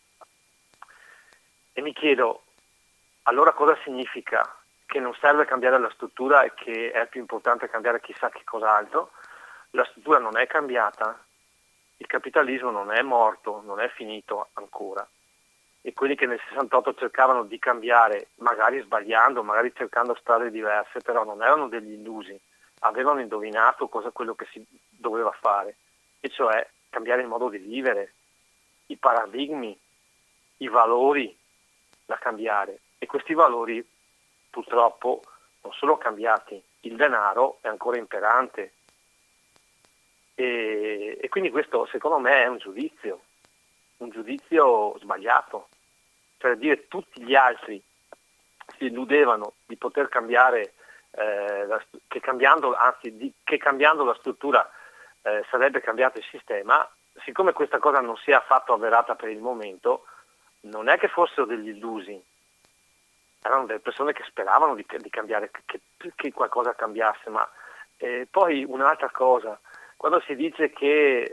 e mi chiedo, allora cosa significa? Che non serve cambiare la struttura e che è più importante cambiare chissà che cos'altro? La struttura non è cambiata, il capitalismo non è morto, non è finito ancora. E quelli che nel 68 cercavano di cambiare, magari sbagliando, magari cercando strade diverse, però non erano degli illusi, avevano indovinato quello che si doveva fare, e cioè cambiare il modo di vivere, i paradigmi, i valori da cambiare. E questi valori purtroppo non sono cambiati, il denaro è ancora imperante. E quindi questo secondo me è un giudizio sbagliato, cioè dire tutti gli altri si illudevano di poter cambiare, che cambiando la struttura sarebbe cambiato il sistema. Siccome questa cosa non si è affatto avverata per il momento, non è che fossero degli illusi, erano delle persone che speravano di cambiare, che qualcosa cambiasse. Ma poi un'altra cosa, quando si dice che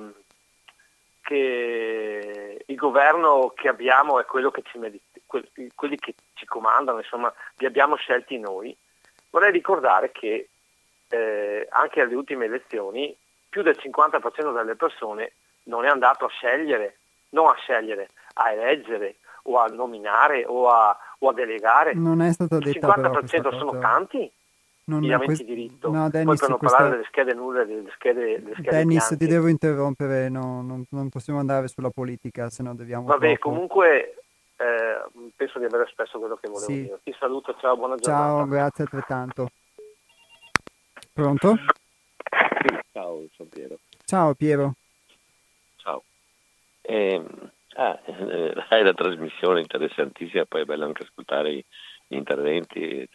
il governo che abbiamo è quello che quelli che ci comandano, insomma, li abbiamo scelti noi, vorrei ricordare che anche alle ultime elezioni più del 50% delle persone non è andato a scegliere, a eleggere o a nominare o a delegare.
Non è stata
Il
detta però
50% sono
cosa.
tanti gli aventi diritto.
No,
Poi
Dennis,
per non parlare delle schede nulle, delle schede
Dennis,
bianche.
ti devo interrompere, no, non possiamo andare sulla politica, se no dobbiamo
Vabbè,
troppo.
comunque penso di aver espresso quello che volevo dire. Ti saluto, ciao, buona giornata.
Ciao, grazie altrettanto. Pronto?
Ciao, sono Piero.
Ciao Piero.
Ciao. Hai la trasmissione interessantissima, poi è bello anche ascoltare gli interventi.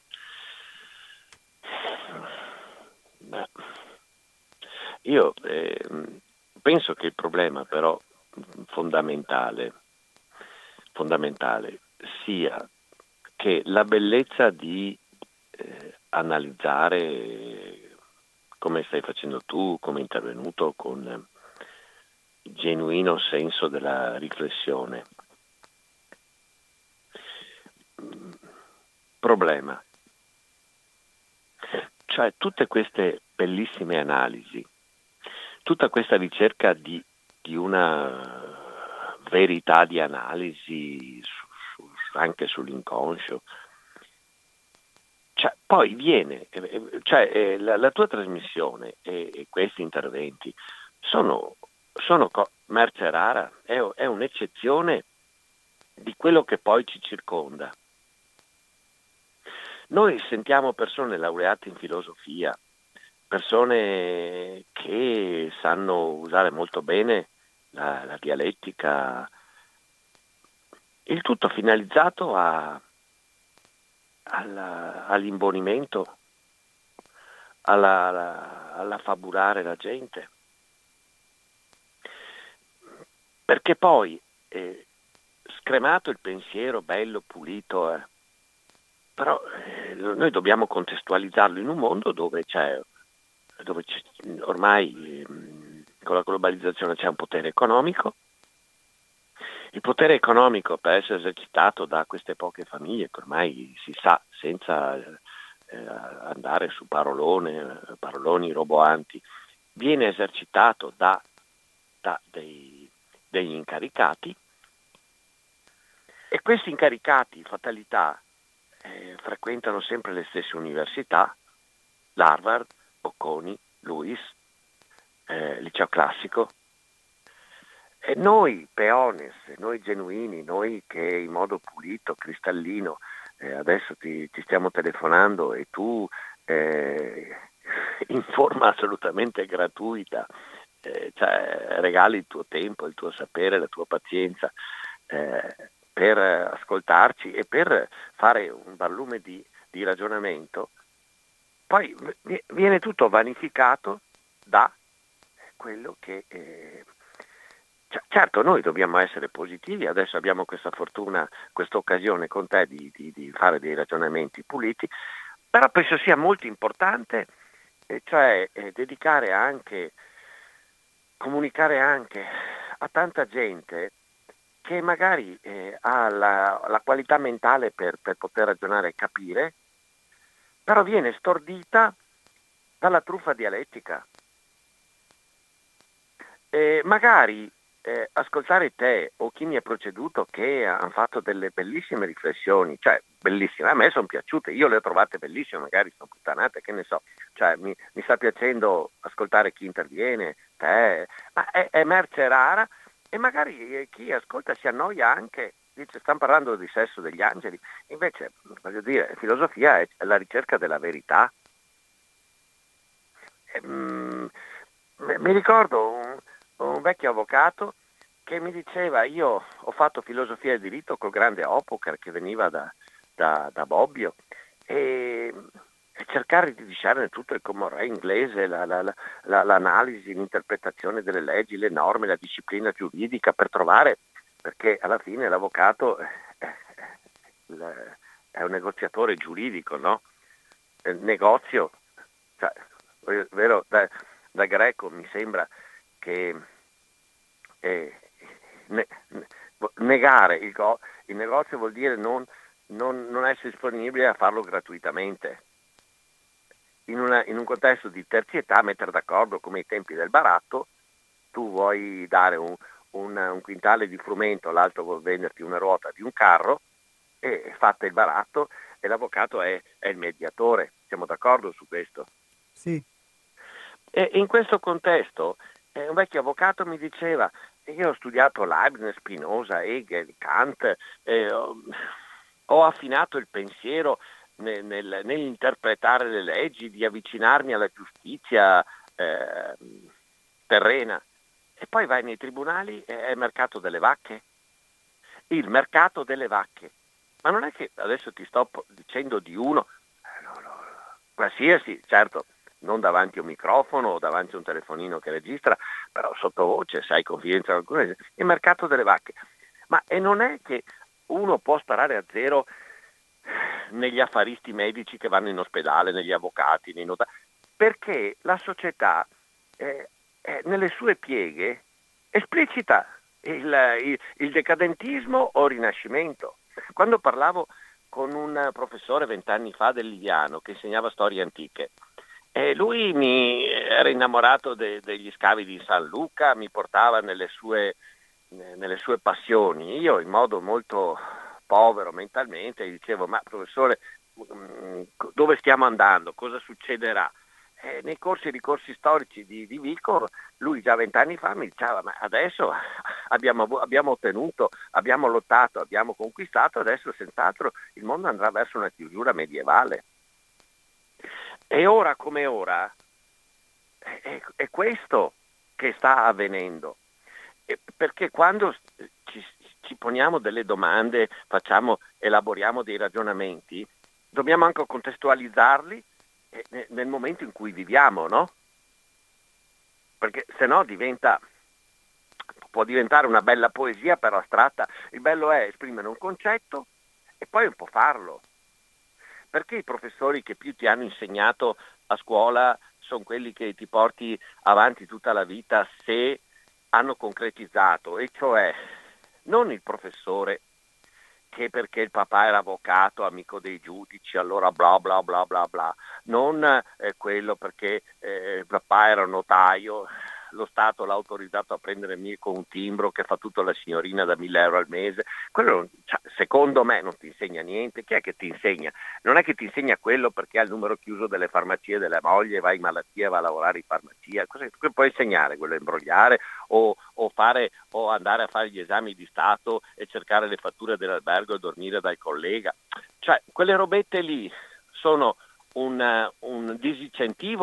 Io penso che il problema però fondamentale sia che la bellezza di analizzare come stai facendo tu, come intervenuto con genuino senso della riflessione. Problema. Cioè tutte queste bellissime analisi, tutta questa ricerca di una verità di analisi anche sull'inconscio, cioè, poi viene, la tua trasmissione e questi interventi sono merce rara, è un'eccezione di quello che poi ci circonda. Noi sentiamo persone laureate in filosofia, persone che sanno usare molto bene la dialettica, il tutto finalizzato all'imbonimento, all'affabulare la gente. Perché poi, scremato il pensiero bello, pulito, però noi dobbiamo contestualizzarlo in un mondo dove ormai con la globalizzazione c'è un potere economico. Il potere economico, per essere esercitato da queste poche famiglie, che ormai si sa, senza andare su paroloni roboanti, viene esercitato da degli incaricati, e questi incaricati, fatalità, frequentano sempre le stesse università, l'Harvard, Bocconi, Lewis, liceo classico. E noi peones, noi genuini, noi che in modo pulito, cristallino, adesso ti stiamo telefonando e tu in forma assolutamente gratuita, cioè regali il tuo tempo, il tuo sapere, la tua pazienza per ascoltarci e per fare un barlume di ragionamento, poi viene tutto vanificato da quello che... certo, noi dobbiamo essere positivi, adesso abbiamo questa fortuna, questa occasione con te di fare dei ragionamenti puliti, però penso sia molto importante, cioè dedicare anche, comunicare anche a tanta gente che magari ha la qualità mentale per poter ragionare e capire, però viene stordita dalla truffa dialettica. Magari ascoltare te o chi mi ha preceduto che hanno fatto delle bellissime riflessioni, cioè bellissime, a me sono piaciute, io le ho trovate bellissime, magari sono puttanate, che ne so, cioè mi sta piacendo ascoltare chi interviene, te, ma è merce rara e magari chi ascolta si annoia anche, dice stanno parlando di sesso degli angeli, invece voglio dire, filosofia è la ricerca della verità. Mi ricordo un vecchio avvocato che mi diceva: io ho fatto filosofia e diritto col grande Hoppocker che veniva da Bobbio e cercare di discernere tutto il comorre inglese, l'analisi, l'interpretazione delle leggi, le norme, la disciplina giuridica per trovare, perché alla fine l'avvocato è un negoziatore giuridico, no? Il negozio, cioè, vero, da greco mi sembra che negare il negozio vuol dire non essere disponibile a farlo gratuitamente. In un contesto di terzietà, mettere d'accordo come ai tempi del baratto, tu vuoi dare un quintale di frumento, l'altro vuol venderti una ruota di un carro, e fatta il baratto, e l'avvocato è il mediatore. Siamo d'accordo su questo?
Sì.
E in questo contesto un vecchio avvocato mi diceva: io ho studiato Leibniz, Spinoza, Hegel, Kant, ho affinato il pensiero nell'interpretare le leggi, di avvicinarmi alla giustizia terrena, e poi vai nei tribunali e è il mercato delle vacche. Il mercato delle vacche. Ma non è che adesso ti sto dicendo di uno, qualsiasi, certo, non davanti a un microfono o davanti a un telefonino che registra, però sottovoce, sai, confidenza con qualcuno, il mercato delle vacche. Ma e non è che uno può sparare a zero negli affaristi medici che vanno in ospedale, negli avvocati, nei notari, perché la società nelle sue pieghe esplicita il decadentismo o il rinascimento. Quando parlavo con un professore 20 anni fa del Liviano che insegnava storie antiche, lui mi era innamorato degli scavi di San Luca, mi portava nelle sue passioni. Io, in modo molto povero mentalmente, gli dicevo: ma professore, dove stiamo andando? Cosa succederà? Nei corsi e ricorsi storici di Vico, lui già 20 anni fa mi diceva: ma adesso abbiamo ottenuto, abbiamo lottato, abbiamo conquistato, adesso senz'altro il mondo andrà verso una chiusura medievale. E ora come ora è questo che sta avvenendo, perché quando ci poniamo delle domande, elaboriamo dei ragionamenti, dobbiamo anche contestualizzarli nel momento in cui viviamo, no? Perché se no può diventare una bella poesia però astratta. Il bello è esprimere un concetto e poi un po' farlo. Perché i professori che più ti hanno insegnato a scuola sono quelli che ti porti avanti tutta la vita se hanno concretizzato, e cioè non il professore che perché il papà era avvocato, amico dei giudici, allora bla bla bla bla bla, non quello perché il papà era un notaio, lo Stato l'ha autorizzato a prendere con un timbro che fa tutto la signorina da 1.000 euro al mese. Quello, secondo me, non ti insegna niente. Chi è che ti insegna? Non è che ti insegna quello perché ha il numero chiuso delle farmacie della moglie, va in malattia, va a lavorare in farmacia. Cosa può insegnare? Quello, imbrogliare o andare a fare gli esami di Stato e cercare le fatture dell'albergo e dormire dal collega. Cioè, quelle robette lì sono un disincentivo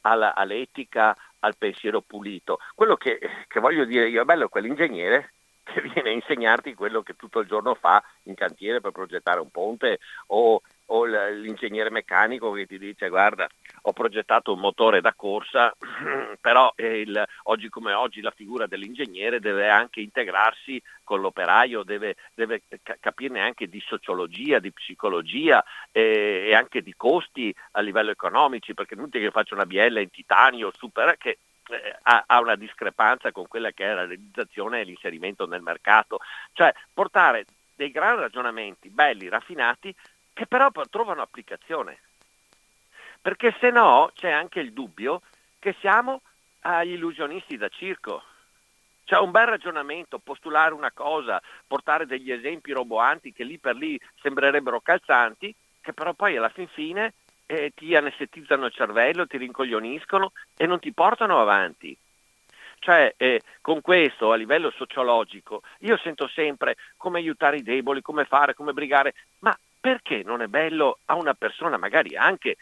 all'etica, al pensiero pulito. Quello che voglio dire io, è bello quell'ingegnere che viene a insegnarti quello che tutto il giorno fa in cantiere per progettare un ponte, o l'ingegnere meccanico che ti dice: guarda, ho progettato un motore da corsa, però oggi come oggi la figura dell'ingegnere deve anche integrarsi con l'operaio, deve capirne anche di sociologia, di psicologia e anche di costi a livello economici, perché non è che faccio una biella in titanio super che ha una discrepanza con quella che è la realizzazione e l'inserimento nel mercato. Cioè portare dei gran ragionamenti belli, raffinati, che però trovano applicazione, perché se no c'è anche il dubbio che siamo agli illusionisti da circo. C'è un bel ragionamento, postulare una cosa, portare degli esempi roboanti che lì per lì sembrerebbero calzanti, che però poi alla fin fine ti anestetizzano il cervello, ti rincoglioniscono e non ti portano avanti. Cioè, con questo, a livello sociologico, io sento sempre come aiutare i deboli, come fare, come brigare, ma perché non è bello a una persona, magari anche,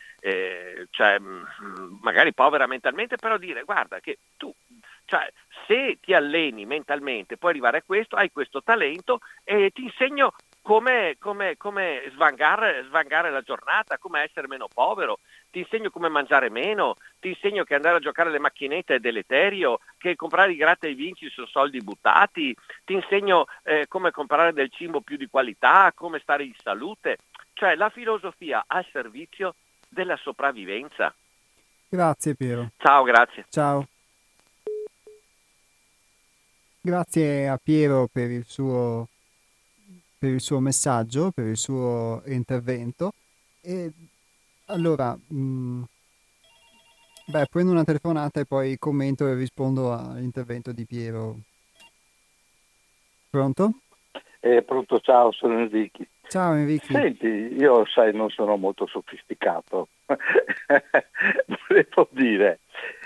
magari povera mentalmente, però dire: guarda che tu, cioè, se ti alleni mentalmente puoi arrivare a questo, hai questo talento e ti insegno come svangare la giornata, come essere meno povero, ti insegno come mangiare meno, ti insegno che andare a giocare alle macchinette è deleterio, che comprare i gratta e vinci sono soldi buttati, ti insegno come comprare del cibo più di qualità, come stare in salute, cioè la filosofia al servizio della sopravvivenza.
Grazie Piero.
Ciao, grazie.
Ciao. Grazie a Piero per il suo messaggio, per il suo intervento. E allora, prendo una telefonata e poi commento e rispondo all'intervento di Piero. Pronto?
Pronto, ciao, sono Enrico.
Ciao Enrico.
Senti, io sai, non sono molto sofisticato. Volevo dire,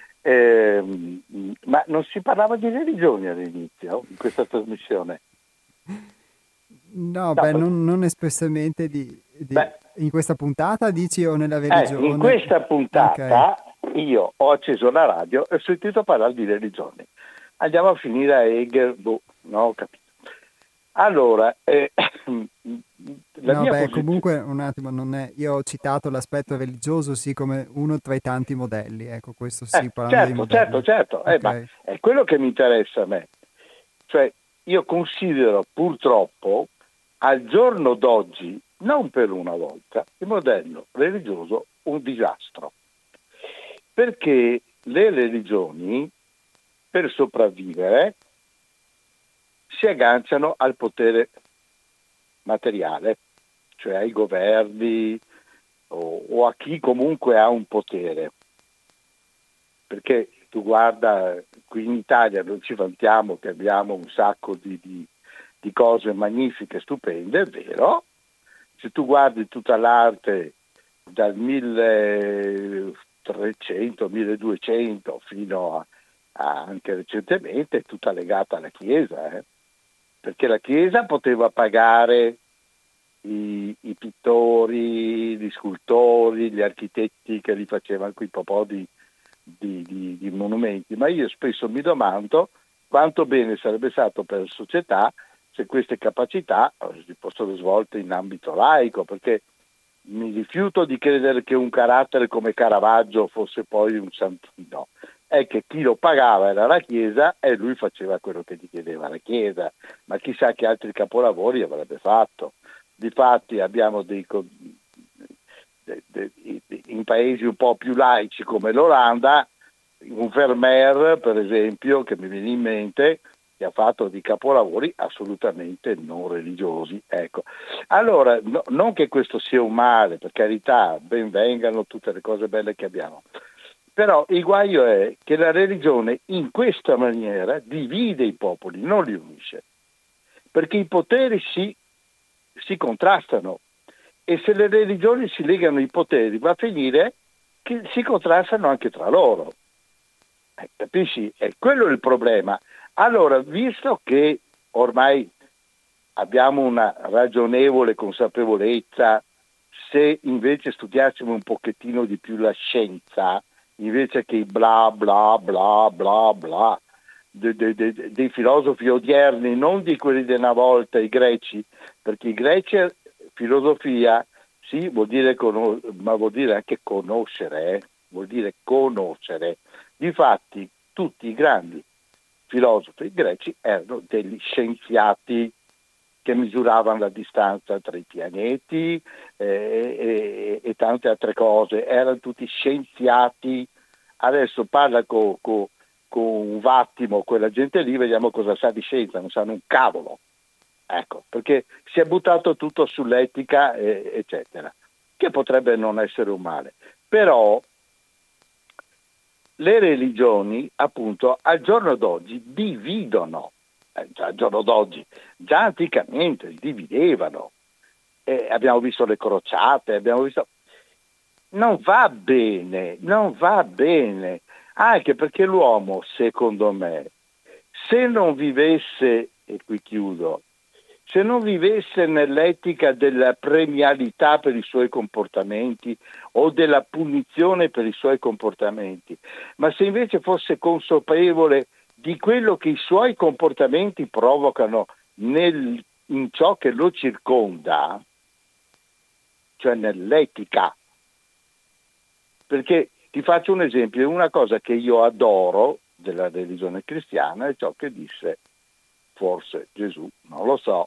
ma non si parlava di religioni all'inizio in questa trasmissione?
No, non espressamente in questa puntata dici, o nella religione?
In questa puntata io ho acceso la radio e ho sentito parlare di religioni. Andiamo a finire a Hegel, no, ho capito. Allora,
comunque un attimo, non è, io ho citato l'aspetto religioso sì come uno tra i tanti modelli, ecco, questo sì, parlando di modelli.
Certo,
okay.
Ma è quello che mi interessa a me. Cioè, io considero purtroppo al giorno d'oggi, non per una volta, il modello religioso un disastro. Perché le religioni, per sopravvivere, si agganciano al potere materiale, cioè ai governi o a chi comunque ha un potere. Perché tu guarda, qui in Italia non ci vantiamo che abbiamo un sacco di cose magnifiche, stupende, è vero. Se tu guardi tutta l'arte dal 1300, 1200 fino a anche recentemente, è tutta legata alla Chiesa, perché la Chiesa poteva pagare i pittori, gli scultori, gli architetti che li facevano quei po' di monumenti, ma io spesso mi domando quanto bene sarebbe stato per la società se queste capacità si fossero svolte in ambito laico, perché mi rifiuto di credere che un carattere come Caravaggio fosse poi un santino. È che chi lo pagava era la Chiesa e lui faceva quello che gli chiedeva la Chiesa, ma chissà che altri capolavori avrebbe fatto. Difatti abbiamo in paesi un po' più laici come l'Olanda, un Vermeer per esempio, che mi viene in mente, che ha fatto di capolavori assolutamente non religiosi. Ecco. Allora, non che questo sia un male, per carità, ben vengano tutte le cose belle che abbiamo, però il guaio è che la religione in questa maniera divide i popoli, non li unisce, perché i poteri si contrastano, e se le religioni si legano ai poteri va a finire che si contrastano anche tra loro. Capisci? È quello il problema. Allora, visto che ormai abbiamo una ragionevole consapevolezza, se invece studiassimo un pochettino di più la scienza, invece che i bla bla bla bla bla dei filosofi odierni, non di quelli di una volta, i greci, perché i greci filosofia sì, vuol dire ma vuol dire anche conoscere, vuol dire conoscere. Difatti tutti i grandi filosofi greci erano degli scienziati che misuravano la distanza tra i pianeti e tante altre cose, erano tutti scienziati. Adesso parla con un Vattimo, quella gente lì, vediamo cosa sa di scienza, non sanno un cavolo. Ecco, perché si è buttato tutto sull'etica, eccetera, che potrebbe non essere un male. Però le religioni, appunto, al giorno d'oggi dividono, al giorno d'oggi, già anticamente dividevano. Abbiamo visto le crociate, abbiamo visto... Non va bene, anche perché l'uomo, secondo me, se non vivesse, e qui chiudo, se non vivesse nell'etica della premialità per i suoi comportamenti o della punizione per i suoi comportamenti, ma se invece fosse consapevole di quello che i suoi comportamenti provocano in ciò che lo circonda, cioè nell'etica. Perché ti faccio un esempio, una cosa che io adoro della religione cristiana è ciò che disse forse Gesù, non lo so,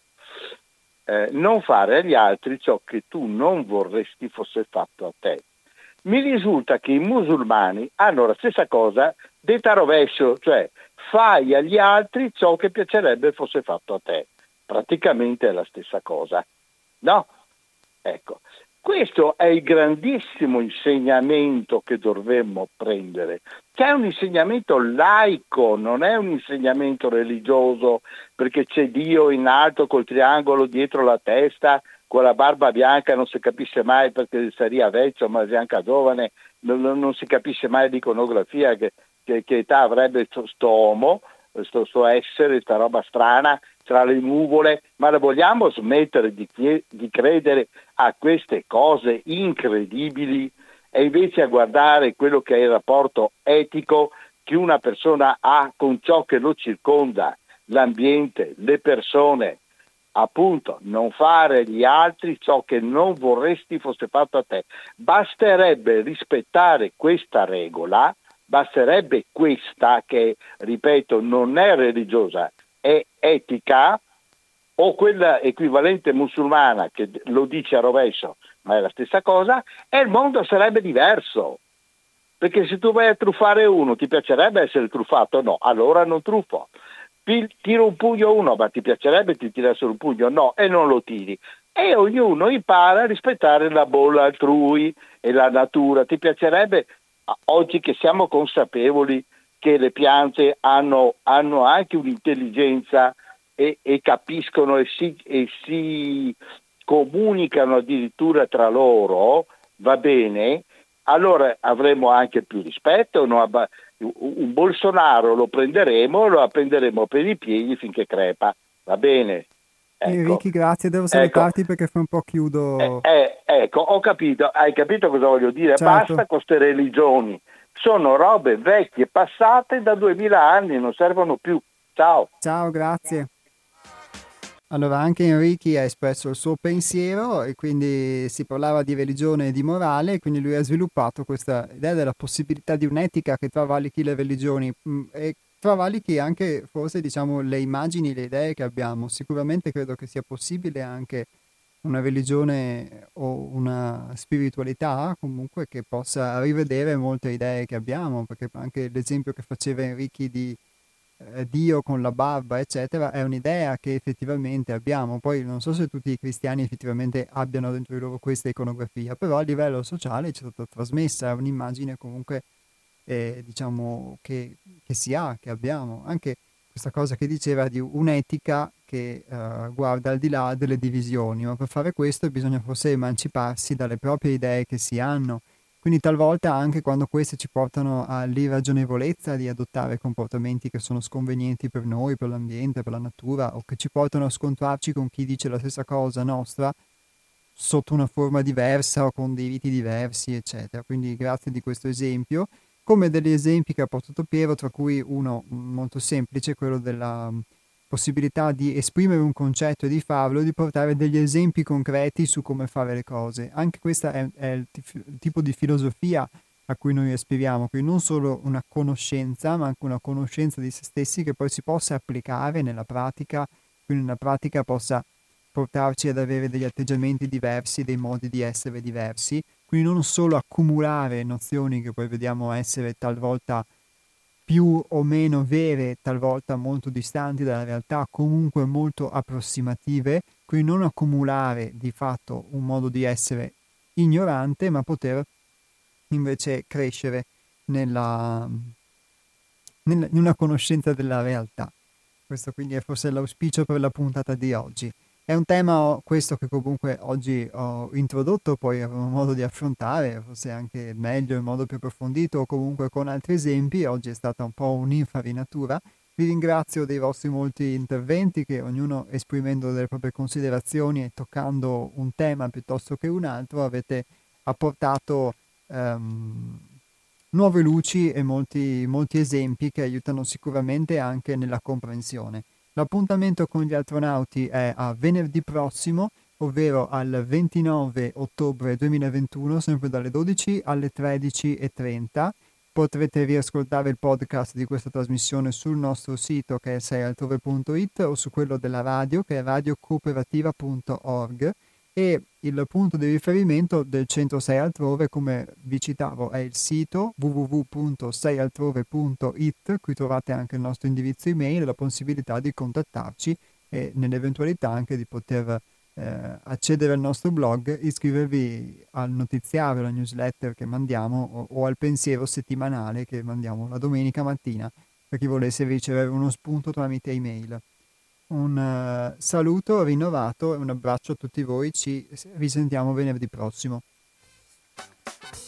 non fare agli altri ciò che tu non vorresti fosse fatto a te. Mi risulta che i musulmani hanno la stessa cosa detta a rovescio, cioè fai agli altri ciò che piacerebbe fosse fatto a te. Praticamente è la stessa cosa, no? Ecco, questo è il grandissimo insegnamento che dovremmo prendere, che è un insegnamento laico, non è un insegnamento religioso, perché c'è Dio in alto col triangolo dietro la testa, con la barba bianca, non si capisce mai perché sarebbe vecchio, ma bianca giovane, non si capisce mai l'iconografia che età avrebbe sto uomo, sto essere, sta roba strana tra le nuvole, ma la vogliamo smettere di credere a queste cose incredibili e invece a guardare quello che è il rapporto etico che una persona ha con ciò che lo circonda, l'ambiente, le persone, appunto non fare agli altri ciò che non vorresti fosse fatto a te. Basterebbe rispettare questa regola, basterebbe questa che, ripeto, non è religiosa, è etica, o quella equivalente musulmana che lo dice a rovescio, ma è la stessa cosa, e il mondo sarebbe diverso. Perché se tu vai a truffare uno, ti piacerebbe essere truffato? No, allora non truffo. Tiro un pugno a uno, ma ti piacerebbe ti tirassero un pugno? No, e non lo tiri. E ognuno impara a rispettare la bolla altrui e la natura. Ti piacerebbe, oggi che siamo consapevoli che le piante hanno anche un'intelligenza e capiscono e si comunicano addirittura tra loro, va bene, allora avremo anche più rispetto. Un Bolsonaro lo prenderemo per i piedi finché crepa, va bene. Ecco.
Ricky, grazie, devo salutarti perché fra un po' chiudo.
Ecco, ho capito, hai capito cosa voglio dire?
Certo.
Basta con queste religioni, sono robe vecchie, passate da 2000 anni, non servono più. Ciao.
Ciao, grazie. Allora, anche Enrichi ha espresso il suo pensiero e quindi si parlava di religione e di morale, e quindi lui ha sviluppato questa idea della possibilità di un'etica che travalichi le religioni e travalichi anche forse diciamo le immagini, le idee che abbiamo. Sicuramente credo che sia possibile anche una religione o una spiritualità comunque che possa rivedere molte idee che abbiamo, perché anche l'esempio che faceva Enrichi di Dio con la barba eccetera è un'idea che effettivamente abbiamo. Poi non so se tutti i cristiani effettivamente abbiano dentro di loro questa iconografia, però a livello sociale ci è stata trasmessa un'immagine comunque diciamo che si ha, che abbiamo, anche questa cosa che diceva di un'etica che guarda al di là delle divisioni, ma per fare questo bisogna forse emanciparsi dalle proprie idee che si hanno. Quindi talvolta anche quando queste ci portano all'irragionevolezza di adottare comportamenti che sono sconvenienti per noi, per l'ambiente, per la natura, o che ci portano a scontrarci con chi dice la stessa cosa nostra sotto una forma diversa o con dei riti diversi, eccetera. Quindi grazie di questo esempio. come degli esempi che ha portato Piero, tra cui uno molto semplice, quello della possibilità di esprimere un concetto e di farlo, di portare degli esempi concreti su come fare le cose. Anche questa è il tipo di filosofia a cui noi aspiriamo, quindi non solo una conoscenza, ma anche una conoscenza di se stessi che poi si possa applicare nella pratica, quindi nella pratica possa portarci ad avere degli atteggiamenti diversi, dei modi di essere diversi, quindi non solo accumulare nozioni che poi vediamo essere talvolta più o meno vere, talvolta molto distanti dalla realtà, comunque molto approssimative, quindi non accumulare di fatto un modo di essere ignorante, ma poter invece crescere in una conoscenza della realtà. Questo quindi è forse l'auspicio per la puntata di oggi. È un tema questo che comunque oggi ho introdotto, poi avremo modo di affrontare, forse anche meglio, in modo più approfondito o comunque con altri esempi. Oggi è stata un po' un'infarinatura. Vi ringrazio dei vostri molti interventi che ognuno esprimendo delle proprie considerazioni e toccando un tema piuttosto che un altro avete apportato nuove luci e molti esempi che aiutano sicuramente anche nella comprensione. L'appuntamento con gli astronauti è a venerdì prossimo, ovvero al 29 ottobre 2021, sempre dalle 12 alle 13:30. Potrete riascoltare il podcast di questa trasmissione sul nostro sito che è seialtrove.it o su quello della radio che è radiocooperativa.org, e il punto di riferimento del centro 6 Altrove, come vi citavo, è il sito www.seialtrove.it. Qui trovate anche il nostro indirizzo email e la possibilità di contattarci e nell'eventualità anche di poter accedere al nostro blog, iscrivervi al notiziario, alla newsletter che mandiamo o al pensiero settimanale che mandiamo la domenica mattina per chi volesse ricevere uno spunto tramite email. Un saluto rinnovato e un abbraccio a tutti voi, ci risentiamo venerdì prossimo.